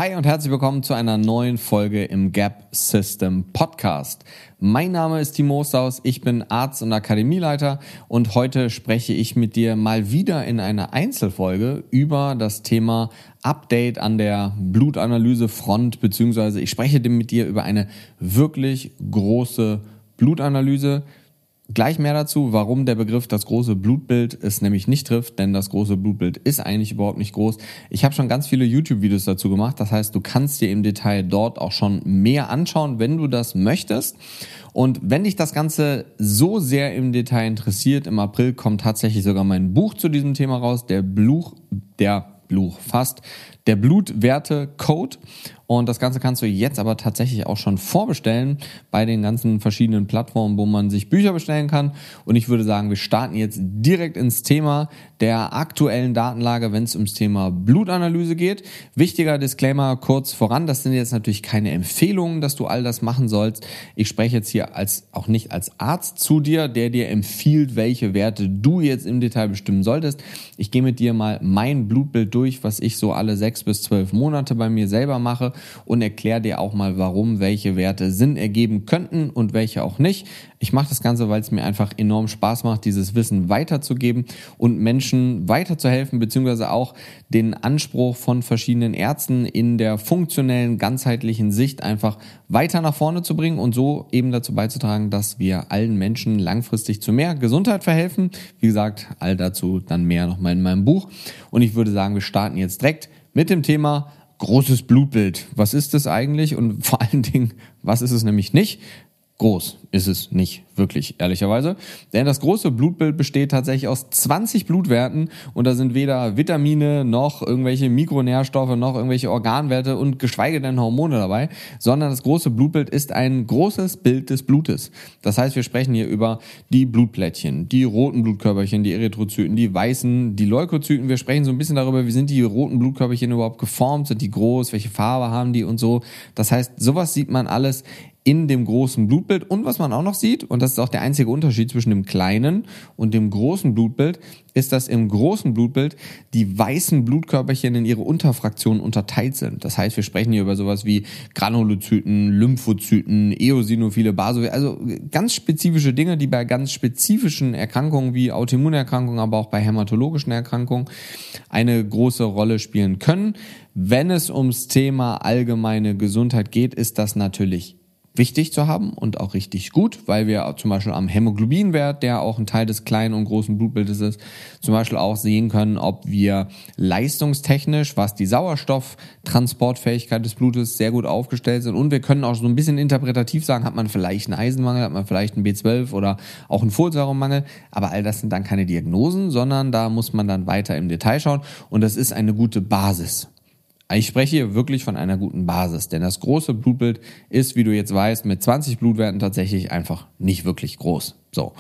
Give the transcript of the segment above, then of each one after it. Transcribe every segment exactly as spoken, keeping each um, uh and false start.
Hi und herzlich willkommen zu einer neuen Folge im Gap System Podcast. Mein Name ist Timo Osterhaus, ich bin Arzt und Akademieleiter und heute spreche ich mit dir mal wieder in einer Einzelfolge über das Thema Update an der Blutanalysefront, beziehungsweise ich spreche mit dir über eine wirklich große Blutanalyse. Gleich mehr dazu, warum der Begriff das große Blutbild es nämlich nicht trifft, denn das große Blutbild ist eigentlich überhaupt nicht groß. Ich habe schon ganz viele YouTube-Videos dazu gemacht, das heißt, du kannst dir im Detail dort auch schon mehr anschauen, wenn du das möchtest. Und wenn dich das Ganze so sehr im Detail interessiert, im April kommt tatsächlich sogar mein Buch zu diesem Thema raus, der Bluch, der Bluch, fast, der Blutwerte-Code. Und das Ganze kannst du jetzt aber tatsächlich auch schon vorbestellen bei den ganzen verschiedenen Plattformen, wo man sich Bücher bestellen kann. Und ich würde sagen, wir starten jetzt direkt ins Thema der aktuellen Datenlage, wenn es ums Thema Blutanalyse geht. Wichtiger Disclaimer kurz voran, das sind jetzt natürlich keine Empfehlungen, dass du all das machen sollst. Ich spreche jetzt hier als auch nicht als Arzt zu dir, der dir empfiehlt, welche Werte du jetzt im Detail bestimmen solltest. Ich gehe mit dir mal mein Blutbild durch, was ich so alle sechs bis zwölf Monate bei mir selber mache, und erkläre dir auch mal, warum welche Werte Sinn ergeben könnten und welche auch nicht. Ich mache das Ganze, weil es mir einfach enorm Spaß macht, dieses Wissen weiterzugeben und Menschen weiterzuhelfen, beziehungsweise auch den Anspruch von verschiedenen Ärzten in der funktionellen, ganzheitlichen Sicht einfach weiter nach vorne zu bringen und so eben dazu beizutragen, dass wir allen Menschen langfristig zu mehr Gesundheit verhelfen. Wie gesagt, all dazu dann mehr nochmal in meinem Buch. Und ich würde sagen, wir starten jetzt direkt mit dem Thema großes Blutbild. Was ist das eigentlich? Und vor allen Dingen, was ist es nämlich nicht? Groß ist es nicht wirklich, ehrlicherweise. Denn das große Blutbild besteht tatsächlich aus zwanzig Blutwerten und da sind weder Vitamine noch irgendwelche Mikronährstoffe noch irgendwelche Organwerte und geschweige denn Hormone dabei, sondern das große Blutbild ist ein großes Bild des Blutes. Das heißt, wir sprechen hier über die Blutplättchen, die roten Blutkörperchen, die Erythrozyten, die weißen, die Leukozyten. Wir sprechen so ein bisschen darüber, wie sind die roten Blutkörperchen überhaupt geformt, sind die groß, welche Farbe haben die und so. Das heißt, sowas sieht man alles in dem großen Blutbild. Und was man auch noch sieht, und das ist auch der einzige Unterschied zwischen dem kleinen und dem großen Blutbild, ist, dass im großen Blutbild die weißen Blutkörperchen in ihre Unterfraktionen unterteilt sind. Das heißt, wir sprechen hier über sowas wie Granulozyten, Lymphozyten, Eosinophile, Basophile, also ganz spezifische Dinge, die bei ganz spezifischen Erkrankungen wie Autoimmunerkrankungen, aber auch bei hämatologischen Erkrankungen eine große Rolle spielen können. Wenn es ums Thema allgemeine Gesundheit geht, ist das natürlich wichtig zu haben und auch richtig gut, weil wir zum Beispiel am Hämoglobinwert, der auch ein Teil des kleinen und großen Blutbildes ist, zum Beispiel auch sehen können, ob wir leistungstechnisch, was die Sauerstofftransportfähigkeit des Blutes, sehr gut aufgestellt sind, und wir können auch so ein bisschen interpretativ sagen, hat man vielleicht einen Eisenmangel, hat man vielleicht einen B zwölf oder auch einen Folsäuremangel, aber all das sind dann keine Diagnosen, sondern da muss man dann weiter im Detail schauen und das ist eine gute Basis. Ich spreche hier wirklich von einer guten Basis, denn das große Blutbild ist, wie du jetzt weißt, mit zwanzig Blutwerten tatsächlich einfach nicht wirklich groß. So.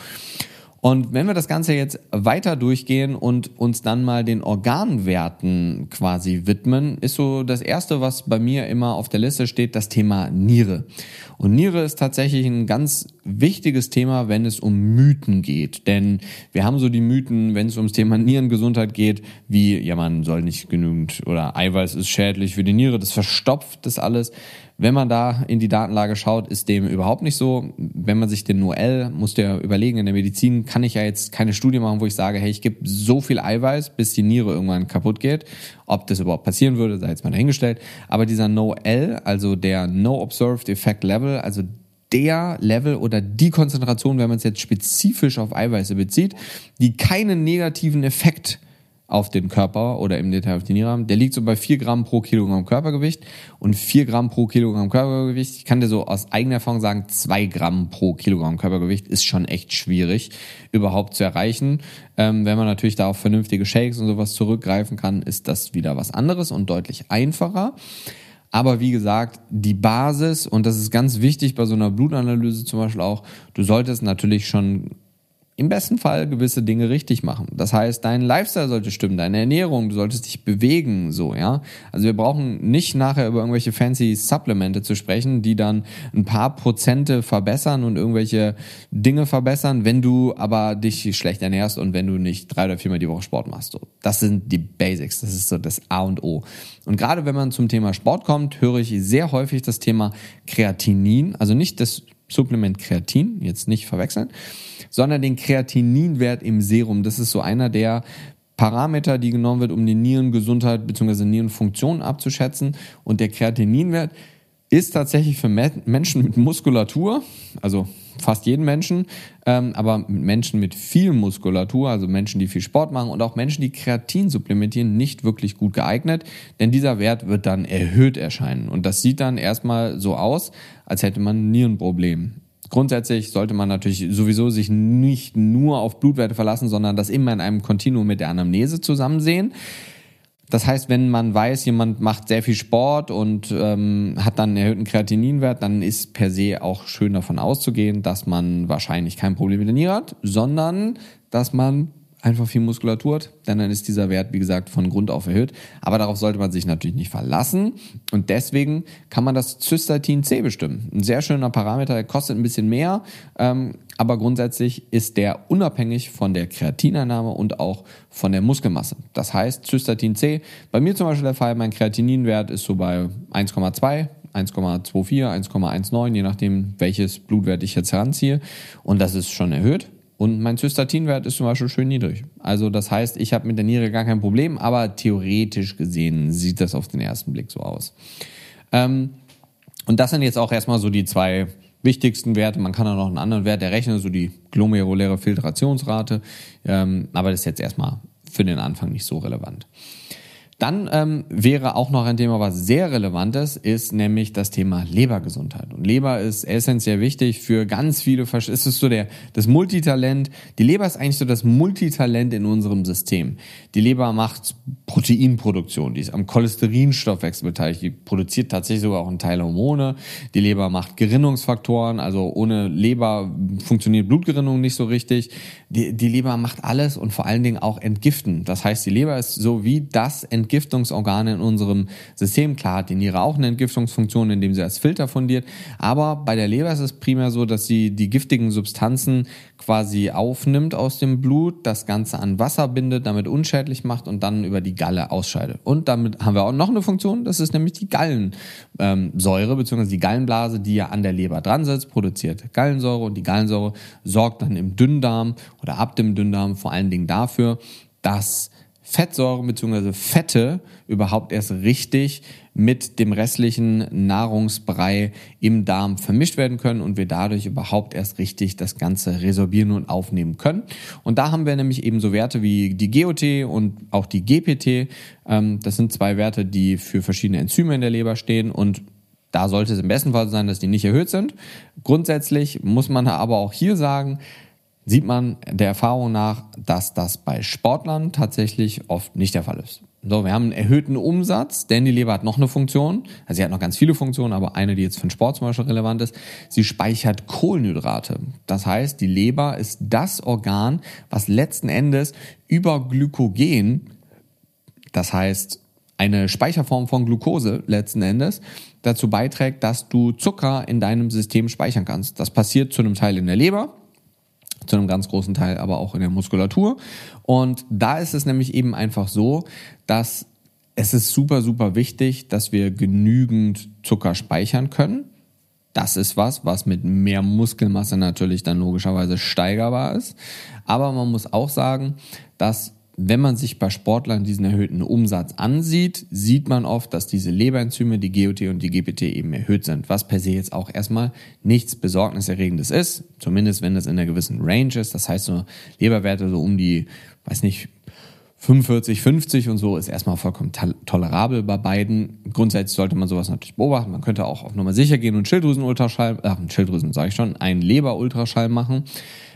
Und wenn wir das Ganze jetzt weiter durchgehen und uns dann mal den Organwerten quasi widmen, ist so das Erste, was bei mir immer auf der Liste steht, das Thema Niere. Und Niere ist tatsächlich ein ganz wichtiges Thema, wenn es um Mythen geht. Denn wir haben so die Mythen, wenn es ums Thema Nierengesundheit geht, wie, ja, man soll nicht genügend oder Eiweiß ist schädlich für die Niere, das verstopft das alles. Wenn man da in die Datenlage schaut, ist dem überhaupt nicht so. Wenn man sich den Noel, musst du ja überlegen, in der Medizin kann ich ja jetzt keine Studie machen, wo ich sage, hey, ich gebe so viel Eiweiß, bis die Niere irgendwann kaputt geht. Ob das überhaupt passieren würde, sei jetzt mal dahingestellt. Aber dieser Noel, also der No Observed Effect Level, also der Level oder die Konzentration, wenn man es jetzt spezifisch auf Eiweiße bezieht, die keinen negativen Effekt auf den Körper oder im Detail auf die Niere haben, der liegt so bei vier Gramm pro Kilogramm Körpergewicht, und vier Gramm pro Kilogramm Körpergewicht, ich kann dir so aus eigener Erfahrung sagen, zwei Gramm pro Kilogramm Körpergewicht ist schon echt schwierig überhaupt zu erreichen. Ähm, wenn man natürlich da auf vernünftige Shakes und sowas zurückgreifen kann, ist das wieder was anderes und deutlich einfacher. Aber wie gesagt, die Basis, und das ist ganz wichtig bei so einer Blutanalyse zum Beispiel auch, du solltest natürlich schon im besten Fall gewisse Dinge richtig machen. Das heißt, dein Lifestyle sollte stimmen, deine Ernährung, du solltest dich bewegen, so, ja. Also wir brauchen nicht nachher über irgendwelche fancy Supplemente zu sprechen, die dann ein paar Prozente verbessern und irgendwelche Dinge verbessern, wenn du aber dich schlecht ernährst und wenn du nicht drei oder viermal die Woche Sport machst, so. Das sind die Basics, das ist so das A und O. Und gerade wenn man zum Thema Sport kommt, höre ich sehr häufig das Thema Kreatinin, also nicht das Supplement Kreatin, jetzt nicht verwechseln, sondern den Kreatininwert im Serum. Das ist so einer der Parameter, die genommen wird, um die Nierengesundheit bzw. Nierenfunktion abzuschätzen. Und der Kreatininwert ist tatsächlich für Menschen mit Muskulatur, also fast jeden Menschen, ähm, aber mit Menschen mit viel Muskulatur, also Menschen, die viel Sport machen und auch Menschen, die Kreatin supplementieren, nicht wirklich gut geeignet, denn dieser Wert wird dann erhöht erscheinen und das sieht dann erstmal so aus, als hätte man ein Nierenproblem. Grundsätzlich sollte man natürlich sowieso sich nicht nur auf Blutwerte verlassen, sondern das immer in einem Kontinuum mit der Anamnese zusammen sehen. Das heißt, wenn man weiß, jemand macht sehr viel Sport und ähm, hat dann einen erhöhten Kreatininwert, dann ist per se auch schön davon auszugehen, dass man wahrscheinlich kein Problem mit der Niere hat, sondern dass man einfach viel Muskulatur hat, denn dann ist dieser Wert, wie gesagt, von Grund auf erhöht. Aber darauf sollte man sich natürlich nicht verlassen und deswegen kann man das Cystatin C bestimmen. Ein sehr schöner Parameter, der kostet ein bisschen mehr, ähm, aber grundsätzlich ist der unabhängig von der Kreatineinnahme und auch von der Muskelmasse. Das heißt, Cystatin C, bei mir zum Beispiel der Fall, mein Kreatininwert ist so bei eins Komma zwei, eins Komma vierundzwanzig, eins Komma neunzehn, je nachdem, welches Blutwert ich jetzt heranziehe und das ist schon erhöht. Und mein Cystatinwert ist zum Beispiel schön niedrig. Also das heißt, ich habe mit der Niere gar kein Problem, aber theoretisch gesehen sieht das auf den ersten Blick so aus. Ähm, und das sind jetzt auch erstmal so die zwei wichtigsten Werte. Man kann auch noch einen anderen Wert errechnen, so die glomeruläre Filtrationsrate. Ähm, aber das ist jetzt erstmal für den Anfang nicht so relevant. Dann ähm, wäre auch noch ein Thema, was sehr relevant ist, ist nämlich das Thema Lebergesundheit. Und Leber ist essentiell wichtig für ganz viele, Versch- es ist so der, das Multitalent. Die Leber ist eigentlich so das Multitalent in unserem System. Die Leber macht Proteinproduktion, die ist am Cholesterinstoffwechsel beteiligt, die produziert tatsächlich sogar auch einen Teil Hormone. Die Leber macht Gerinnungsfaktoren, also ohne Leber funktioniert Blutgerinnung nicht so richtig. Die, die Leber macht alles und vor allen Dingen auch entgiften. Das heißt, die Leber ist so wie das Entgiftungsorgan in unserem System. Klar hat die Niere auch eine Entgiftungsfunktion, indem sie als Filter fungiert, aber bei der Leber ist es primär so, dass sie die giftigen Substanzen quasi aufnimmt aus dem Blut, das Ganze an Wasser bindet, damit unschädlich macht und dann über die Galle ausscheidet. Und damit haben wir auch noch eine Funktion, das ist nämlich die Gallensäure bzw. die Gallenblase, die ja an der Leber dran sitzt, produziert Gallensäure und die Gallensäure sorgt dann im Dünndarm oder ab dem Dünndarm vor allen Dingen dafür, dass Fettsäuren bzw. Fette überhaupt erst richtig mit dem restlichen Nahrungsbrei im Darm vermischt werden können und wir dadurch überhaupt erst richtig das Ganze resorbieren und aufnehmen können. Und da haben wir nämlich eben so Werte wie die G O T und auch die G P T. Das sind zwei Werte, die für verschiedene Enzyme in der Leber stehen und da sollte es im besten Fall sein, dass die nicht erhöht sind. Grundsätzlich muss man aber auch hier sagen, sieht man der Erfahrung nach, dass das bei Sportlern tatsächlich oft nicht der Fall ist. So, wir haben einen erhöhten Umsatz, denn die Leber hat noch eine Funktion, also sie hat noch ganz viele Funktionen, aber eine, die jetzt für den Sport zum Beispiel relevant ist, sie speichert Kohlenhydrate. Das heißt, die Leber ist das Organ, was letzten Endes über Glykogen, das heißt eine Speicherform von Glucose letzten Endes, dazu beiträgt, dass du Zucker in deinem System speichern kannst. Das passiert zu einem Teil in der Leber, zu einem ganz großen Teil aber auch in der Muskulatur. Und da ist es nämlich eben einfach so, dass es ist super, super wichtig, dass wir genügend Zucker speichern können. Das ist was, was mit mehr Muskelmasse natürlich dann logischerweise steigerbar ist. Aber man muss auch sagen, dass wenn man sich bei Sportlern diesen erhöhten Umsatz ansieht, sieht man oft, dass diese Leberenzyme, die G O T und die G P T eben erhöht sind, was per se jetzt auch erstmal nichts Besorgniserregendes ist, zumindest wenn das in einer gewissen Range ist, das heißt so Leberwerte so um die, weiß nicht, fünfundvierzig, fünfzig und so ist erstmal vollkommen tolerabel bei beiden. Grundsätzlich sollte man sowas natürlich beobachten, man könnte auch auf Nummer sicher gehen und Schilddrüsenultraschall, ach Schilddrüsen sage ich schon, einen Leberultraschall machen.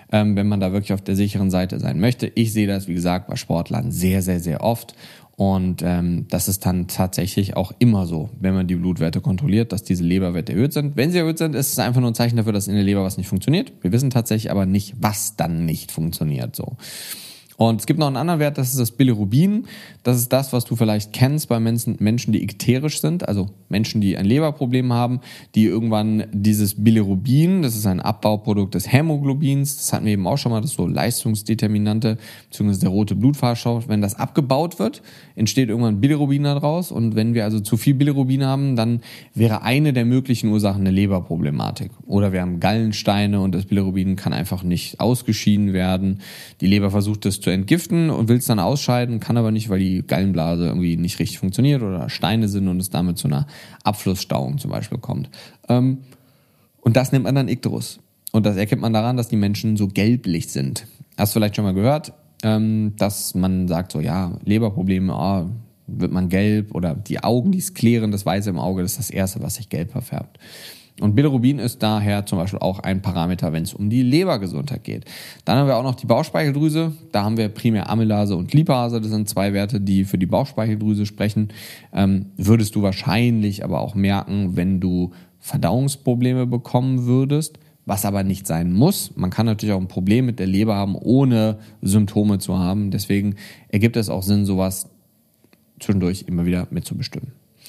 ähm, wenn man da wirklich auf der sicheren Seite sein möchte. Ich sehe das, wie gesagt, bei Sportlern sehr, sehr, sehr oft. Und ähm, das ist dann tatsächlich auch immer so, wenn man die Blutwerte kontrolliert, dass diese Leberwerte erhöht sind. Wenn sie erhöht sind, ist es einfach nur ein Zeichen dafür, dass in der Leber was nicht funktioniert. Wir wissen tatsächlich aber nicht, was dann nicht funktioniert. So. Und es gibt noch einen anderen Wert, das ist das Bilirubin. Das ist das, was du vielleicht kennst bei Menschen, Menschen, die ikterisch sind, also Menschen, die ein Leberproblem haben, die irgendwann dieses Bilirubin, das ist ein Abbauprodukt des Hämoglobins, das hatten wir eben auch schon mal, das ist so Leistungsdeterminante, beziehungsweise der rote Blutfarbstoff, wenn das abgebaut wird, entsteht irgendwann Bilirubin daraus. Und wenn wir also zu viel Bilirubin haben, dann wäre eine der möglichen Ursachen eine Leberproblematik. Oder wir haben Gallensteine und das Bilirubin kann einfach nicht ausgeschieden werden. Die Leber versucht es zu entgiften und will es dann ausscheiden, kann aber nicht, weil die Gallenblase irgendwie nicht richtig funktioniert oder Steine sind und es damit zu einer Abflussstauung zum Beispiel kommt. Und das nennt man dann Ikterus. Und das erkennt man daran, dass die Menschen so gelblich sind. Hast du vielleicht schon mal gehört, dass man sagt so, ja, Leberprobleme, oh, wird man gelb oder die Augen, die klirren, das Weiße im Auge, das ist das Erste, was sich gelb verfärbt. Und Bilirubin ist daher zum Beispiel auch ein Parameter, wenn es um die Lebergesundheit geht. Dann haben wir auch noch die Bauchspeicheldrüse. Da haben wir primär Amylase und Lipase. Das sind zwei Werte, die für die Bauchspeicheldrüse sprechen. Ähm, würdest du wahrscheinlich aber auch merken, wenn du Verdauungsprobleme bekommen würdest, was aber nicht sein muss. Man kann natürlich auch ein Problem mit der Leber haben, ohne Symptome zu haben. Deswegen ergibt es auch Sinn, sowas zwischendurch immer wieder mitzubestimmen.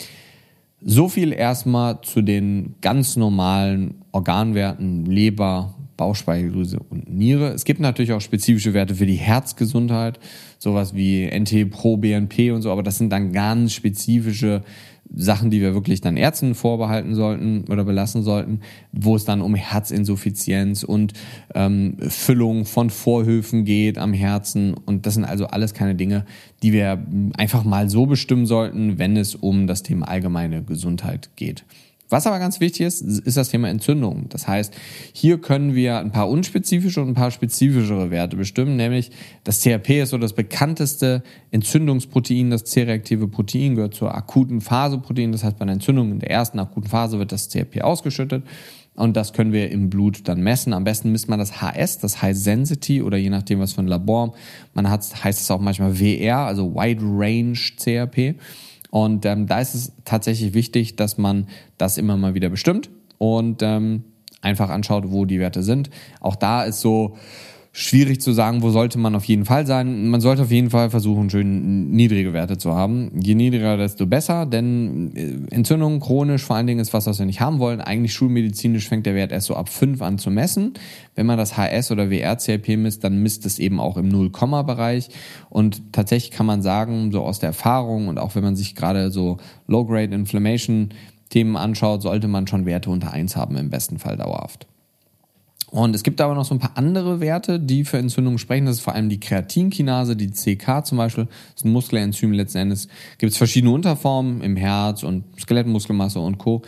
So viel erstmal zu den ganz normalen Organwerten Leber, Bauchspeicheldrüse und Niere. Es gibt natürlich auch spezifische Werte für die Herzgesundheit, sowas wie N T pro B N P und so, aber das sind dann ganz spezifische Sachen, die wir wirklich dann Ärzten vorbehalten sollten oder belassen sollten, wo es dann um Herzinsuffizienz und ähm, Füllung von Vorhöfen geht am Herzen. Und das sind also alles keine Dinge, die wir einfach mal so bestimmen sollten, wenn es um das Thema allgemeine Gesundheit geht. Was aber ganz wichtig ist, ist das Thema Entzündung. Das heißt, hier können wir ein paar unspezifische und ein paar spezifischere Werte bestimmen, nämlich das C R P ist so das bekannteste Entzündungsprotein, das C-reaktive Protein gehört zur akuten Phase Protein. Das heißt, bei einer Entzündung in der ersten akuten Phase wird das C R P ausgeschüttet und das können wir im Blut dann messen. Am besten misst man das H S, das High Sensitivity oder je nachdem, was für ein Labor man hat, heißt es auch manchmal W R, also Wide Range C R P. Und ähm, da ist es tatsächlich wichtig, dass man das immer mal wieder bestimmt und ähm, einfach anschaut, wo die Werte sind. Auch da ist so schwierig zu sagen, wo sollte man auf jeden Fall sein. Man sollte auf jeden Fall versuchen, schön niedrige Werte zu haben. Je niedriger, desto besser, denn Entzündung chronisch vor allen Dingen ist was, was wir nicht haben wollen. Eigentlich schulmedizinisch fängt der Wert erst so ab fünf an zu messen. Wenn man das H S oder W R C R P misst, dann misst es eben auch im Null-Komma-Bereich. Und tatsächlich kann man sagen, so aus der Erfahrung und auch wenn man sich gerade so Low-Grade Inflammation Themen anschaut, sollte man schon Werte unter eins haben, im besten Fall dauerhaft. Und es gibt aber noch so ein paar andere Werte, die für Entzündungen sprechen. Das ist vor allem die Kreatinkinase, die C K zum Beispiel. Das ist ein Muskelenzym letzten Endes. Gibt es verschiedene Unterformen im Herz und Skelettmuskelmasse und Co.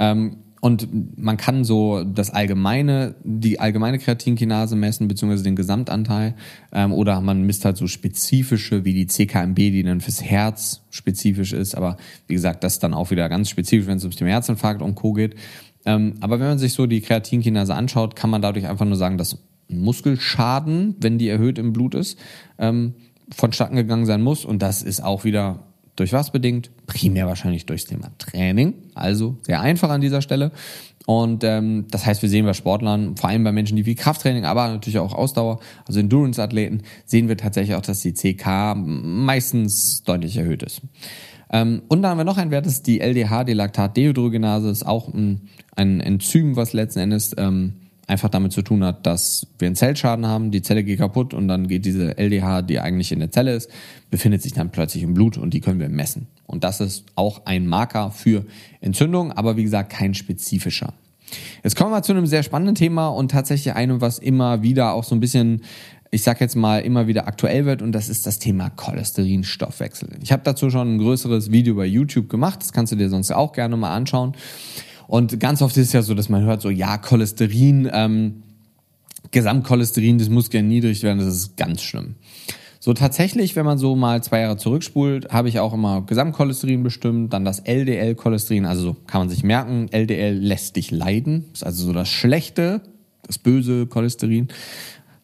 Und man kann so das allgemeine, die allgemeine Kreatinkinase messen, beziehungsweise den Gesamtanteil. Oder man misst halt so spezifische wie die C K M B, die dann fürs Herz spezifisch ist. Aber wie gesagt, das ist dann auch wieder ganz spezifisch, wenn es um den Herzinfarkt und Co. geht. Aber wenn man sich so die Kreatinkinase anschaut, kann man dadurch einfach nur sagen, dass ein Muskelschaden, wenn die erhöht im Blut ist, vonstatten gegangen sein muss. Und das ist auch wieder durch was bedingt? Primär wahrscheinlich durchs Thema Training. Also sehr einfach an dieser Stelle. Und ähm, das heißt, wir sehen bei Sportlern, vor allem bei Menschen, die viel Krafttraining, aber natürlich auch Ausdauer, also Endurance-Athleten, sehen wir tatsächlich auch, dass die C K meistens deutlich erhöht ist. Ähm, und dann haben wir noch einen Wert, das ist die L D H, die Lactat-Dehydrogenase, ist auch ein, ein Enzym, was letzten Endes ähm, einfach damit zu tun hat, dass wir einen Zellschaden haben, die Zelle geht kaputt und dann geht diese L D H, die eigentlich in der Zelle ist, befindet sich dann plötzlich im Blut und die können wir messen. Und das ist auch ein Marker für Entzündung, aber wie gesagt kein spezifischer. Jetzt kommen wir zu einem sehr spannenden Thema und tatsächlich einem, was immer wieder auch so ein bisschen, ich sag jetzt mal, immer wieder aktuell wird, und das ist das Thema Cholesterinstoffwechsel. Ich habe dazu schon ein größeres Video bei YouTube gemacht, das kannst du dir sonst auch gerne mal anschauen. Und ganz oft ist es ja so, dass man hört so, ja, Cholesterin, ähm, Gesamtcholesterin des Muskels niedrig werden, das ist ganz schlimm. So tatsächlich, wenn man so mal zwei Jahre zurückspult, habe ich auch immer Gesamtcholesterin bestimmt, dann das L D L-Cholesterin, also so kann man sich merken, L D L lässt dich leiden, ist also so das Schlechte, das böse Cholesterin.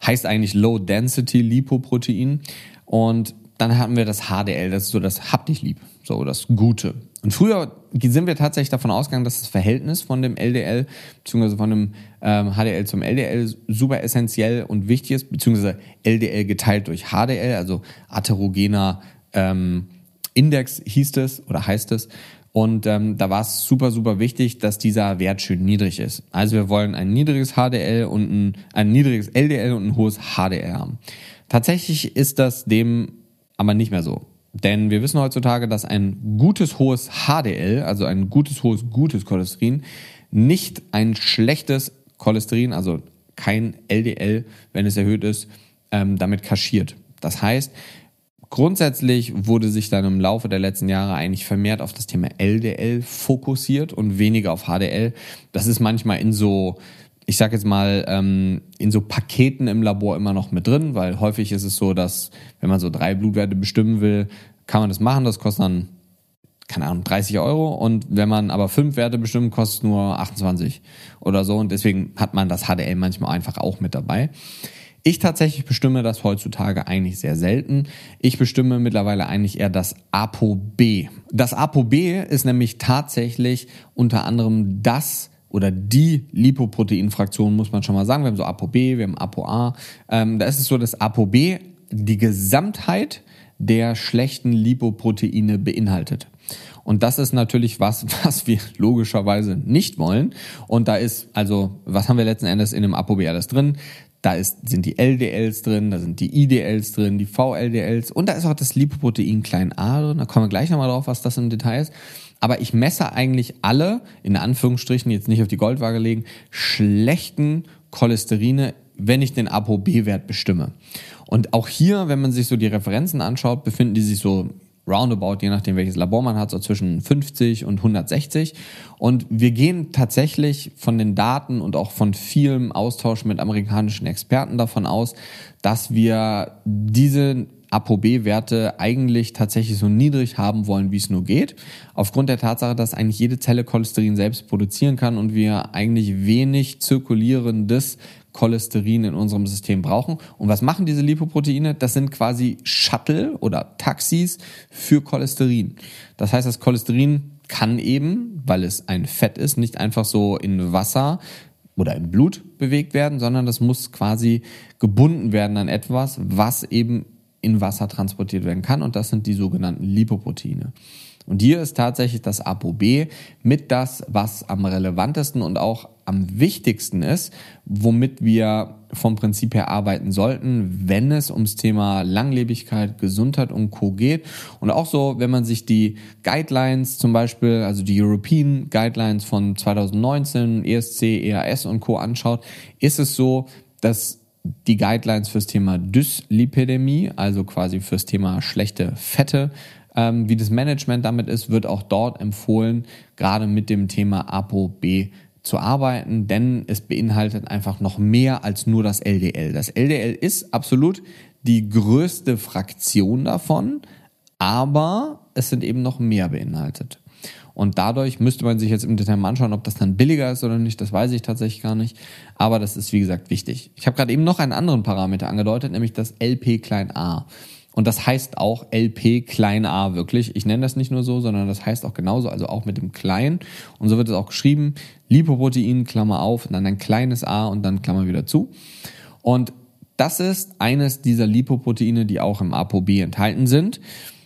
heißt eigentlich Low Density Lipoprotein. Und dann hatten wir das H D L, das ist so das hab dich lieb, so das Gute. Und früher sind wir tatsächlich davon ausgegangen, dass das Verhältnis von dem L D L bzw. von dem ähm, H D L zum L D L super essentiell und wichtig ist, beziehungsweise L D L geteilt durch H D L, also atherogener ähm, Index hieß es oder heißt es. Und ähm, da war es super, super wichtig, dass dieser Wert schön niedrig ist. Also wir wollen ein niedriges H D L und ein, ein niedriges L D L und ein hohes H D L haben. Tatsächlich ist das dem aber nicht mehr so. Denn wir wissen heutzutage, dass ein gutes, hohes H D L, also ein gutes, hohes, gutes Cholesterin, nicht ein schlechtes Cholesterin, also kein L D L, wenn es erhöht ist, ähm, damit kaschiert. Das heißt, grundsätzlich wurde sich dann im Laufe der letzten Jahre eigentlich vermehrt auf das Thema L D L fokussiert und weniger auf H D L. Das ist manchmal in so, ich sag jetzt mal, ähm, in so Paketen im Labor immer noch mit drin, weil häufig ist es so, dass wenn man so drei Blutwerte bestimmen will, kann man das machen, das kostet dann, keine Ahnung, dreißig Euro und wenn man aber fünf Werte bestimmt, kostet es nur achtundzwanzig oder so und deswegen hat man das H D L manchmal einfach auch mit dabei. Ich tatsächlich bestimme das heutzutage eigentlich sehr selten. Ich bestimme mittlerweile eigentlich eher das ApoB. Das ApoB ist nämlich tatsächlich unter anderem das oder die Lipoproteinfraktion, muss man schon mal sagen. Wir haben so ApoB, wir haben ApoA. Ähm, da ist es so, dass ApoB die Gesamtheit der schlechten Lipoproteine beinhaltet. Und das ist natürlich was, was wir logischerweise nicht wollen. Und da ist, also, was haben wir letzten Endes in dem ApoB alles drin? Da ist, sind die L D Ls drin, da sind die I D Ls drin, die V L D Ls und da ist auch das Lipoprotein klein a drin. Da kommen wir gleich nochmal drauf, was das im Detail ist. Aber ich messe eigentlich alle, in Anführungsstrichen, jetzt nicht auf die Goldwaage legen, schlechten Cholesterine, wenn ich den ApoB-Wert bestimme. Und auch hier, wenn man sich so die Referenzen anschaut, befinden die sich so roundabout, je nachdem welches Labor man hat, so zwischen fünfzig und hundertsechzig. Und wir gehen tatsächlich von den Daten und auch von vielem Austausch mit amerikanischen Experten davon aus, dass wir diese ApoB-Werte eigentlich tatsächlich so niedrig haben wollen, wie es nur geht. Aufgrund der Tatsache, dass eigentlich jede Zelle Cholesterin selbst produzieren kann und wir eigentlich wenig zirkulierendes Cholesterin in unserem System brauchen. Und was machen diese Lipoproteine? Das sind quasi Shuttle oder Taxis für Cholesterin. Das heißt, das Cholesterin kann eben, weil es ein Fett ist, nicht einfach so in Wasser oder im Blut bewegt werden, sondern das muss quasi gebunden werden an etwas, was eben in Wasser transportiert werden kann. Und das sind die sogenannten Lipoproteine. Und hier ist tatsächlich das ApoB mit das, was am relevantesten und auch am wichtigsten ist, womit wir vom Prinzip her arbeiten sollten, wenn es ums Thema Langlebigkeit, Gesundheit und Co. geht. Und auch so, wenn man sich die Guidelines zum Beispiel, also die European Guidelines von zwanzig neunzehn, E S C, E A S und Co. anschaut, ist es so, dass die Guidelines fürs Thema Dyslipidämie, also quasi fürs Thema schlechte Fette, ähm, wie das Management damit ist, wird auch dort empfohlen, gerade mit dem Thema ApoB zu arbeiten, denn es beinhaltet einfach noch mehr als nur das L D L. Das L D L ist absolut die größte Fraktion davon, aber es sind eben noch mehr beinhaltet. Und dadurch müsste man sich jetzt im Detail mal anschauen, ob das dann billiger ist oder nicht, das weiß ich tatsächlich gar nicht. Aber das ist, wie gesagt, wichtig. Ich habe gerade eben noch einen anderen Parameter angedeutet, nämlich das L P klein a. Und das heißt auch L P klein a wirklich. Ich nenne das nicht nur so, sondern das heißt auch genauso, also auch mit dem Klein. Und so wird es auch geschrieben. Lipoprotein, Klammer auf, und dann ein kleines a und dann Klammer wieder zu. Und das ist eines dieser Lipoproteine, die auch im ApoB enthalten sind,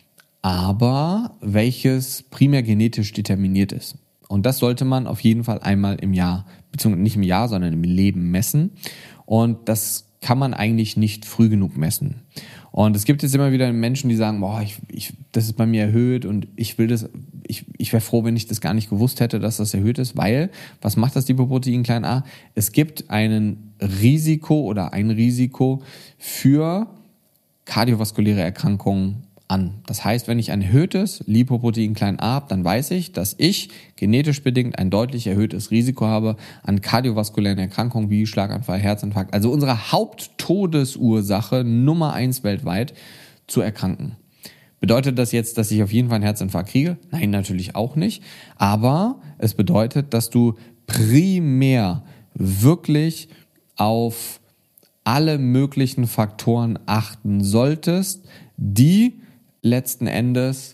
aber welches primär genetisch determiniert ist. Und das sollte man auf jeden Fall einmal im Jahr, beziehungsweise nicht im Jahr, sondern im Leben messen. Und das kann man eigentlich nicht früh genug messen. Und es gibt jetzt immer wieder Menschen, die sagen, boah, ich, ich, das ist bei mir erhöht und ich will das, ich, ich wäre froh, wenn ich das gar nicht gewusst hätte, dass das erhöht ist, weil, was macht das Lipoprotein klein a? Es gibt einen Risiko oder ein Risiko für kardiovaskuläre Erkrankungen an. Das heißt, wenn ich ein erhöhtes Lipoprotein klein a habe, dann weiß ich, dass ich genetisch bedingt ein deutlich erhöhtes Risiko habe an kardiovaskulären Erkrankungen wie Schlaganfall, Herzinfarkt, also unsere Haupttodesursache Nummer eins weltweit, zu erkranken. Bedeutet das jetzt, dass ich auf jeden Fall einen Herzinfarkt kriege? Nein, natürlich auch nicht. Aber es bedeutet, dass du primär wirklich auf alle möglichen Faktoren achten solltest, die letzten Endes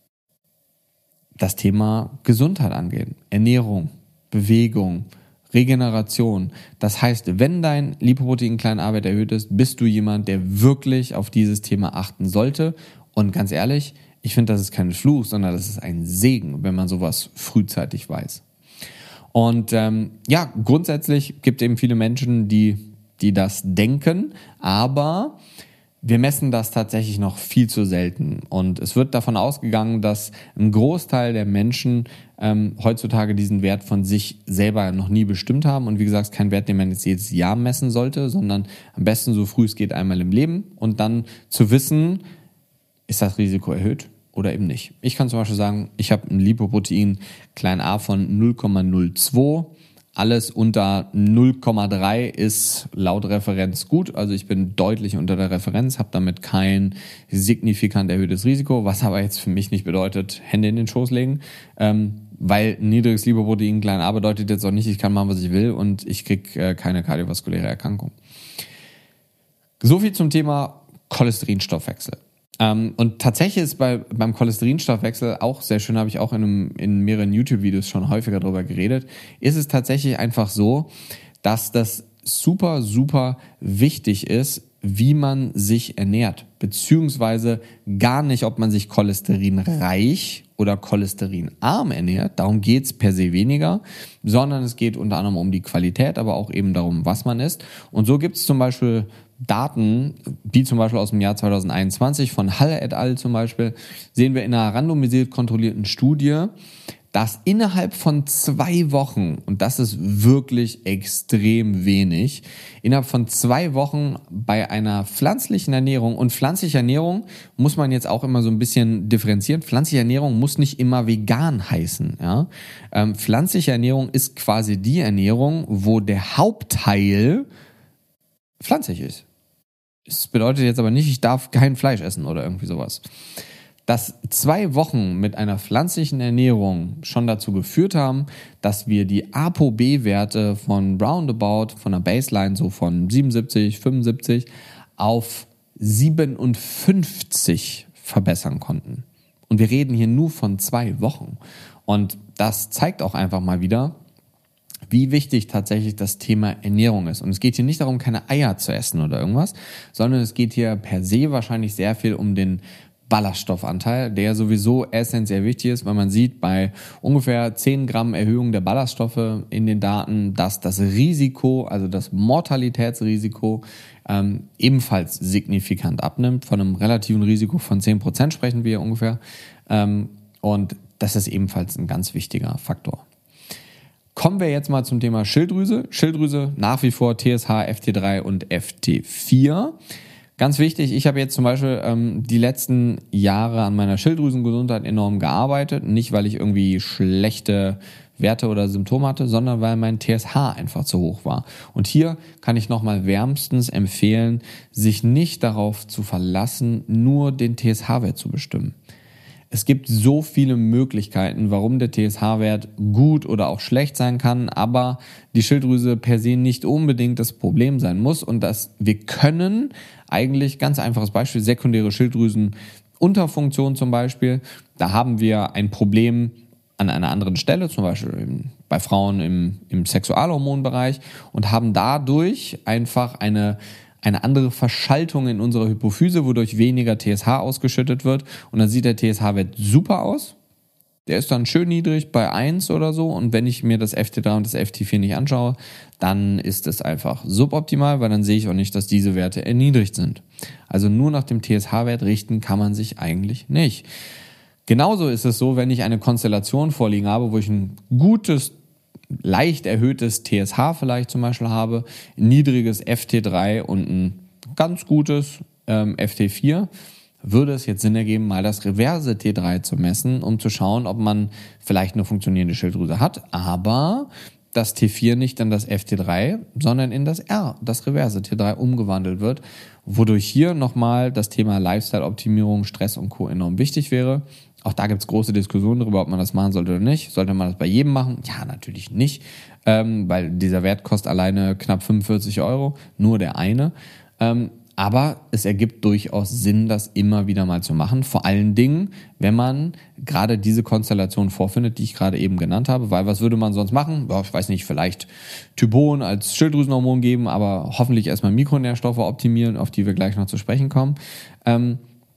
das Thema Gesundheit angehen. Ernährung, Bewegung, Regeneration. Das heißt, wenn dein Lipoprotein-Klein-A-Wert erhöht ist, bist du jemand, der wirklich auf dieses Thema achten sollte. Und ganz ehrlich, ich finde, das ist kein Fluch, sondern das ist ein Segen, wenn man sowas frühzeitig weiß. Und ähm, ja, grundsätzlich gibt es eben viele Menschen, die, die das denken, aber wir messen das tatsächlich noch viel zu selten. Und es wird davon ausgegangen, dass ein Großteil der Menschen ähm, heutzutage diesen Wert von sich selber noch nie bestimmt haben. Und wie gesagt, kein Wert, den man jetzt jedes Jahr messen sollte, sondern am besten so früh es geht einmal im Leben und dann zu wissen, ist das Risiko erhöht oder eben nicht. Ich kann zum Beispiel sagen, ich habe ein Lipoprotein klein a von null Komma null zwei. Alles unter null Komma drei ist laut Referenz gut. Also ich bin deutlich unter der Referenz, habe damit kein signifikant erhöhtes Risiko, was aber jetzt für mich nicht bedeutet, Hände in den Schoß legen, ähm, weil niedriges Lipoprotein klein a bedeutet jetzt auch nicht, ich kann machen, was ich will und ich kriege äh, keine kardiovaskuläre Erkrankung. So viel zum Thema Cholesterinstoffwechsel. Ähm, und tatsächlich ist bei, beim Cholesterinstoffwechsel auch sehr schön, habe ich auch in, einem, in mehreren YouTube-Videos schon häufiger darüber geredet, ist es tatsächlich einfach so, dass das super, super wichtig ist, wie man sich ernährt, beziehungsweise gar nicht, ob man sich cholesterinreich oder cholesterinarm ernährt, darum geht's per se weniger, sondern es geht unter anderem um die Qualität, aber auch eben darum, was man isst. Und so gibt es zum Beispiel Daten, wie zum Beispiel aus dem Jahr zwanzig einundzwanzig von Halle et al. Zum Beispiel, sehen wir in einer randomisiert kontrollierten Studie, dass innerhalb von zwei Wochen, und das ist wirklich extrem wenig, innerhalb von zwei Wochen bei einer pflanzlichen Ernährung, und pflanzliche Ernährung muss man jetzt auch immer so ein bisschen differenzieren, pflanzliche Ernährung muss nicht immer vegan heißen. Ja? Ähm, pflanzliche Ernährung ist quasi die Ernährung, wo der Hauptteil pflanzlich ist. Das bedeutet jetzt aber nicht, ich darf kein Fleisch essen oder irgendwie sowas. Dass zwei Wochen mit einer pflanzlichen Ernährung schon dazu geführt haben, dass wir die ApoB-Werte von roundabout, von der Baseline so von siebenundsiebzig, fünfundsiebzig auf siebenundfünfzig verbessern konnten. Und wir reden hier nur von zwei Wochen. Und das zeigt auch einfach mal wieder, wie wichtig tatsächlich das Thema Ernährung ist. Und es geht hier nicht darum, keine Eier zu essen oder irgendwas, sondern es geht hier per se wahrscheinlich sehr viel um den Ballaststoffanteil, der sowieso essentiell wichtig ist, weil man sieht bei ungefähr zehn Gramm Erhöhung der Ballaststoffe in den Daten, dass das Risiko, also das Mortalitätsrisiko, ähm, ebenfalls signifikant abnimmt. Von einem relativen Risiko von zehn Prozent sprechen wir ungefähr. Ähm, und das ist ebenfalls ein ganz wichtiger Faktor. Kommen wir jetzt mal zum Thema Schilddrüse. Schilddrüse nach wie vor T S H, F T drei und F T vier. Ganz wichtig, ich habe jetzt zum Beispiel ähm, die letzten Jahre an meiner Schilddrüsengesundheit enorm gearbeitet. Nicht, weil ich irgendwie schlechte Werte oder Symptome hatte, sondern weil mein T S H einfach zu hoch war. Und hier kann ich nochmal wärmstens empfehlen, sich nicht darauf zu verlassen, nur den T S H-Wert zu bestimmen. Es gibt so viele Möglichkeiten, warum der T S H-Wert gut oder auch schlecht sein kann, aber die Schilddrüse per se nicht unbedingt das Problem sein muss und dass wir können eigentlich, ganz einfaches Beispiel, sekundäre Schilddrüsenunterfunktion zum Beispiel, da haben wir ein Problem an einer anderen Stelle, zum Beispiel bei Frauen im, im Sexualhormonbereich und haben dadurch einfach eine eine andere Verschaltung in unserer Hypophyse, wodurch weniger T S H ausgeschüttet wird. Und dann sieht der T S H-Wert super aus. Der ist dann schön niedrig bei eins oder so. Und wenn ich mir das F T drei und das F T vier nicht anschaue, dann ist es einfach suboptimal, weil dann sehe ich auch nicht, dass diese Werte erniedrigt sind. Also nur nach dem T S H-Wert richten kann man sich eigentlich nicht. Genauso ist es so, wenn ich eine Konstellation vorliegen habe, wo ich ein gutes leicht erhöhtes T S H vielleicht zum Beispiel habe, ein niedriges F T drei und ein ganz gutes ähm, F T vier, würde es jetzt Sinn ergeben, mal das reverse T drei zu messen, um zu schauen, ob man vielleicht eine funktionierende Schilddrüse hat, aber das T vier nicht in das F T drei, sondern in das R, das reverse T drei, umgewandelt wird, wodurch hier nochmal das Thema Lifestyle-Optimierung, Stress und Co. enorm wichtig wäre. Auch da gibt es große Diskussionen darüber, ob man das machen sollte oder nicht. Sollte man das bei jedem machen? Ja, natürlich nicht, ähm, weil dieser Wert kostet alleine knapp fünfundvierzig Euro, nur der eine. Ähm, aber es ergibt durchaus Sinn, das immer wieder mal zu machen. Vor allen Dingen, wenn man gerade diese Konstellation vorfindet, die ich gerade eben genannt habe. Weil was würde man sonst machen? Ja, ich weiß nicht, vielleicht Typon als Schilddrüsenhormon geben, aber hoffentlich erstmal Mikronährstoffe optimieren, auf die wir gleich noch zu sprechen kommen. Ähm,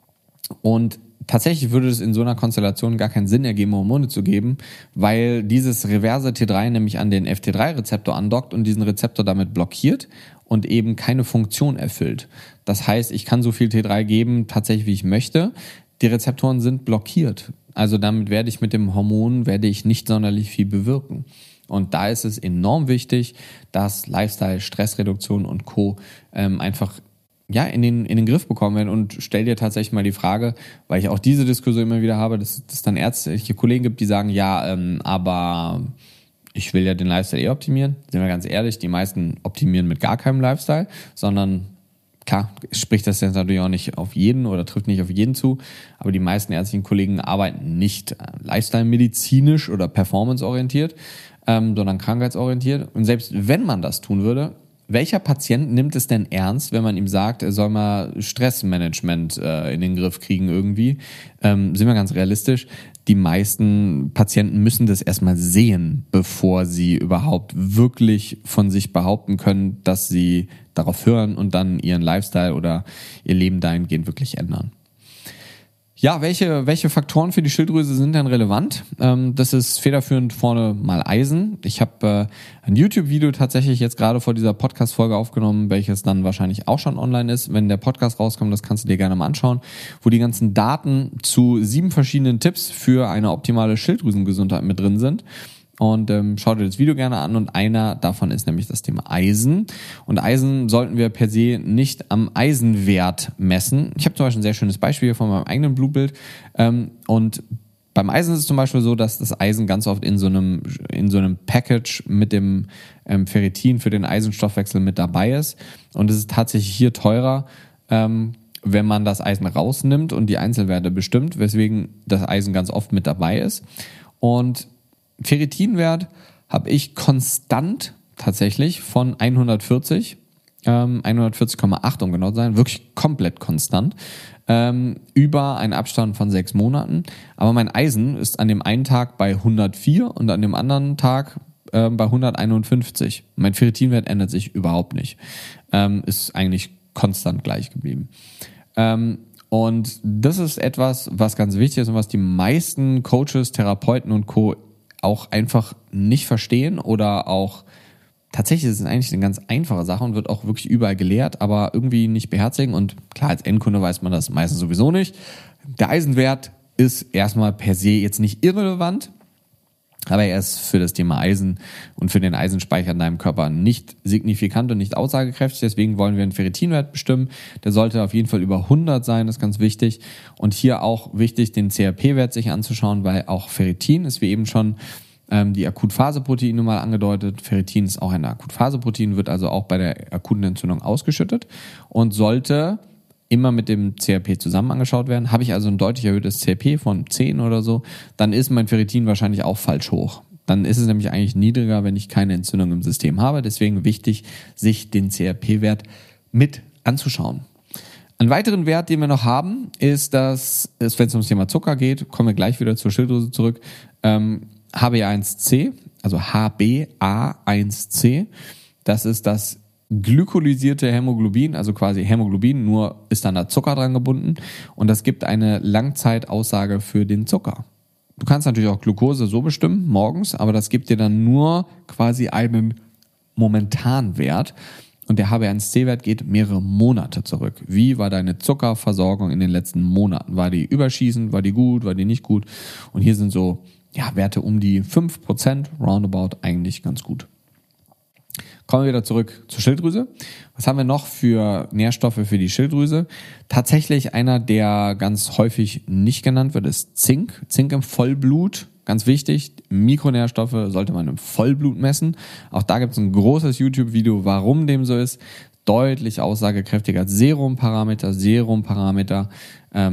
und tatsächlich würde es in so einer Konstellation gar keinen Sinn ergeben, Hormone zu geben, weil dieses reverse T drei nämlich an den F T drei Rezeptor andockt und diesen Rezeptor damit blockiert und eben keine Funktion erfüllt. Das heißt, ich kann so viel T drei geben, tatsächlich wie ich möchte. Die Rezeptoren sind blockiert. Also damit werde ich mit dem Hormon, werde ich nicht sonderlich viel bewirken. Und da ist es enorm wichtig, dass Lifestyle, Stressreduktion und Co. Ähm, einfach ja, in den, in den Griff bekommen werden. Und stell dir tatsächlich mal die Frage, weil ich auch diese Diskussion immer wieder habe, dass es dann ärztliche Kollegen gibt, die sagen, ja, ähm, aber ich will ja den Lifestyle eh optimieren. Sind wir ganz ehrlich, die meisten optimieren mit gar keinem Lifestyle, sondern klar, spricht das jetzt natürlich auch nicht auf jeden oder trifft nicht auf jeden zu, aber die meisten ärztlichen Kollegen arbeiten nicht Lifestyle-medizinisch oder performanceorientiert, ähm, sondern krankheitsorientiert. Und selbst wenn man das tun würde, welcher Patient nimmt es denn ernst, wenn man ihm sagt, er soll mal Stressmanagement äh, in den Griff kriegen irgendwie? Ähm, sind wir ganz realistisch, die meisten Patienten müssen das erstmal sehen, bevor sie überhaupt wirklich von sich behaupten können, dass sie darauf hören und dann ihren Lifestyle oder ihr Leben dahingehend wirklich ändern. Ja, welche, welche Faktoren für die Schilddrüse sind denn relevant? Ähm, das ist federführend vorne mal Eisen. Ich habe äh, ein YouTube-Video tatsächlich jetzt gerade vor dieser Podcast-Folge aufgenommen, welches dann wahrscheinlich auch schon online ist. Wenn der Podcast rauskommt, das kannst du dir gerne mal anschauen, wo die ganzen Daten zu sieben verschiedenen Tipps für eine optimale Schilddrüsengesundheit mit drin sind. Und ähm, schau dir das Video gerne an und einer davon ist nämlich das Thema Eisen. Und Eisen sollten wir per se nicht am Eisenwert messen. Ich habe zum Beispiel ein sehr schönes Beispiel von meinem eigenen Blutbild. Ähm, und beim Eisen ist es zum Beispiel so, dass das Eisen ganz oft in so einem in so einem Package mit dem ähm, Ferritin für den Eisenstoffwechsel mit dabei ist. Und es ist tatsächlich hier teurer, ähm, wenn man das Eisen rausnimmt und die Einzelwerte bestimmt, weswegen das Eisen ganz oft mit dabei ist. Und Ferritinwert habe ich konstant tatsächlich von hundertvierzig, ähm, hundertvierzig Komma acht um genau zu sein, wirklich komplett konstant, ähm, über einen Abstand von sechs Monaten. Aber mein Eisen ist an dem einen Tag bei hundertvier und an dem anderen Tag äh, bei hunderteinundfünfzig. Mein Ferritinwert ändert sich überhaupt nicht, ähm, ist eigentlich konstant gleich geblieben. Ähm, und das ist etwas, was ganz wichtig ist und was die meisten Coaches, Therapeuten und Co. auch einfach nicht verstehen oder auch tatsächlich ist es eigentlich eine ganz einfache Sache und wird auch wirklich überall gelehrt, aber irgendwie nicht beherzigen. Und klar, als Endkunde weiß man das meistens sowieso nicht. Der Eisenwert ist erstmal per se jetzt nicht irrelevant, aber er ist für das Thema Eisen und für den Eisenspeicher in deinem Körper nicht signifikant und nicht aussagekräftig. Deswegen wollen wir einen Ferritinwert bestimmen. Der sollte auf jeden Fall über hundert sein, das ist ganz wichtig. Und hier auch wichtig, den C R P-Wert sich anzuschauen, weil auch Ferritin ist wie eben schon ähm, die Akutphaseproteine mal angedeutet. Ferritin ist auch ein Akutphaseprotein, wird also auch bei der akuten Entzündung ausgeschüttet und sollte immer mit dem C R P zusammen angeschaut werden. Habe ich also ein deutlich erhöhtes C R P von zehn oder so, dann ist mein Ferritin wahrscheinlich auch falsch hoch. Dann ist es nämlich eigentlich niedriger, wenn ich keine Entzündung im System habe. Deswegen wichtig, sich den C R P-Wert mit anzuschauen. Einen weiteren Wert, den wir noch haben, ist, dass, wenn es ums Thema Zucker geht, kommen wir gleich wieder zur Schilddrüse zurück, ähm, H B A eins C, also H B A eins C, das ist das glykolysierte Hämoglobin, also quasi Hämoglobin, nur ist dann da Zucker dran gebunden und das gibt eine Langzeitaussage für den Zucker. Du kannst natürlich auch Glucose so bestimmen, morgens, aber das gibt dir dann nur quasi einen Momentanwert und der H B A eins C-Wert geht mehrere Monate zurück. Wie war deine Zuckerversorgung in den letzten Monaten? War die überschießend, war die gut, war die nicht gut? Und hier sind so ja, Werte um die fünf Prozent, roundabout, eigentlich ganz gut. Kommen wir wieder zurück zur Schilddrüse. Was haben wir noch für Nährstoffe für die Schilddrüse? Tatsächlich einer, der ganz häufig nicht genannt wird, ist Zink. Zink im Vollblut, ganz wichtig. Mikronährstoffe sollte man im Vollblut messen. Auch da gibt es ein großes YouTube-Video, warum dem so ist. Deutlich aussagekräftiger als Serumparameter. Serumparameter ähm,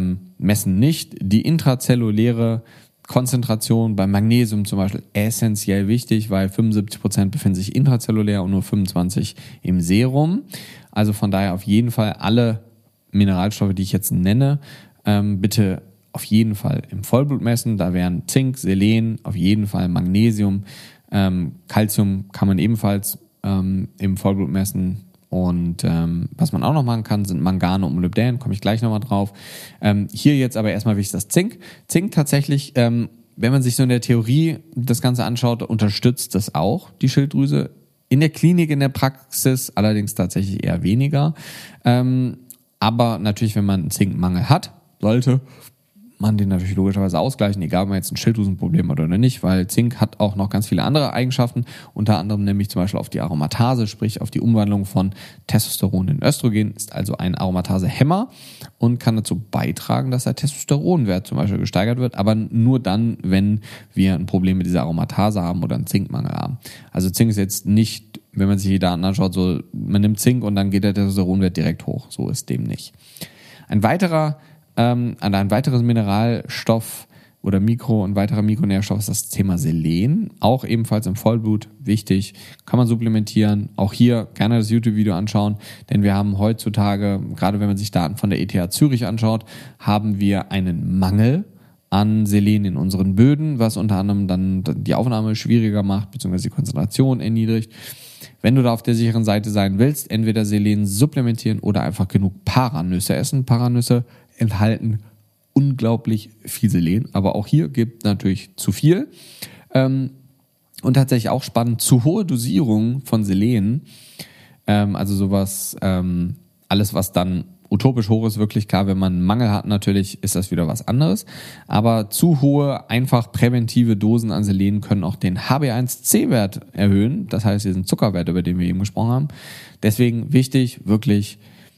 messen nicht. Die intrazelluläre Konzentration beim Magnesium zum Beispiel essentiell wichtig, weil fünfundsiebzig Prozent befinden sich intrazellulär und nur fünfundzwanzig Prozent im Serum. Also von daher auf jeden Fall alle Mineralstoffe, die ich jetzt nenne, ähm, bitte auf jeden Fall im Vollblut messen. Da wären Zink, Selen, auf jeden Fall Magnesium, ähm, Calcium kann man ebenfalls ähm, im Vollblut messen. Und ähm, was man auch noch machen kann, sind Mangan und Molybdän, komme ich gleich nochmal drauf. Ähm, hier jetzt aber erstmal wichtig das Zink. Zink tatsächlich, ähm, wenn man sich so in der Theorie das Ganze anschaut, unterstützt das auch die Schilddrüse. In der Klinik, in der Praxis allerdings tatsächlich eher weniger. Ähm, aber natürlich, wenn man einen Zinkmangel hat, sollte man den natürlich logischerweise ausgleichen, egal ob man jetzt ein Schilddrüsenproblem hat oder nicht, weil Zink hat auch noch ganz viele andere Eigenschaften, unter anderem nämlich zum Beispiel auf die Aromatase, sprich auf die Umwandlung von Testosteron in Östrogen, ist also ein Aromatase-Hämmer und kann dazu beitragen, dass der Testosteronwert zum Beispiel gesteigert wird, aber nur dann, wenn wir ein Problem mit dieser Aromatase haben oder einen Zinkmangel haben. Also Zink ist jetzt nicht, wenn man sich die Daten anschaut, so man nimmt Zink und dann geht der Testosteronwert direkt hoch, so ist dem nicht. Ein weiterer Ähm, ein weiteres Mineralstoff oder Mikro, ein weiterer Mikronährstoff ist das Thema Selen, auch ebenfalls im Vollblut wichtig, kann man supplementieren, auch hier gerne das YouTube-Video anschauen, denn wir haben heutzutage, gerade wenn man sich Daten von der E T H Zürich anschaut, haben wir einen Mangel an Selen in unseren Böden, was unter anderem dann die Aufnahme schwieriger macht, beziehungsweise die Konzentration erniedrigt. Wenn du da auf der sicheren Seite sein willst, entweder Selen supplementieren oder einfach genug Paranüsse essen. Paranüsse enthalten unglaublich viel Selen, aber auch hier gibt natürlich zu viel. Ähm, und tatsächlich auch spannend, zu hohe Dosierungen von Selen, ähm, also sowas, ähm, alles was dann utopisch hoch ist, wirklich klar, wenn man einen Mangel hat natürlich, ist das wieder was anderes, aber zu hohe, einfach präventive Dosen an Selen können auch den H B eins C Wert erhöhen, das heißt diesen Zuckerwert, über den wir eben gesprochen haben. Deswegen wichtig, wirklich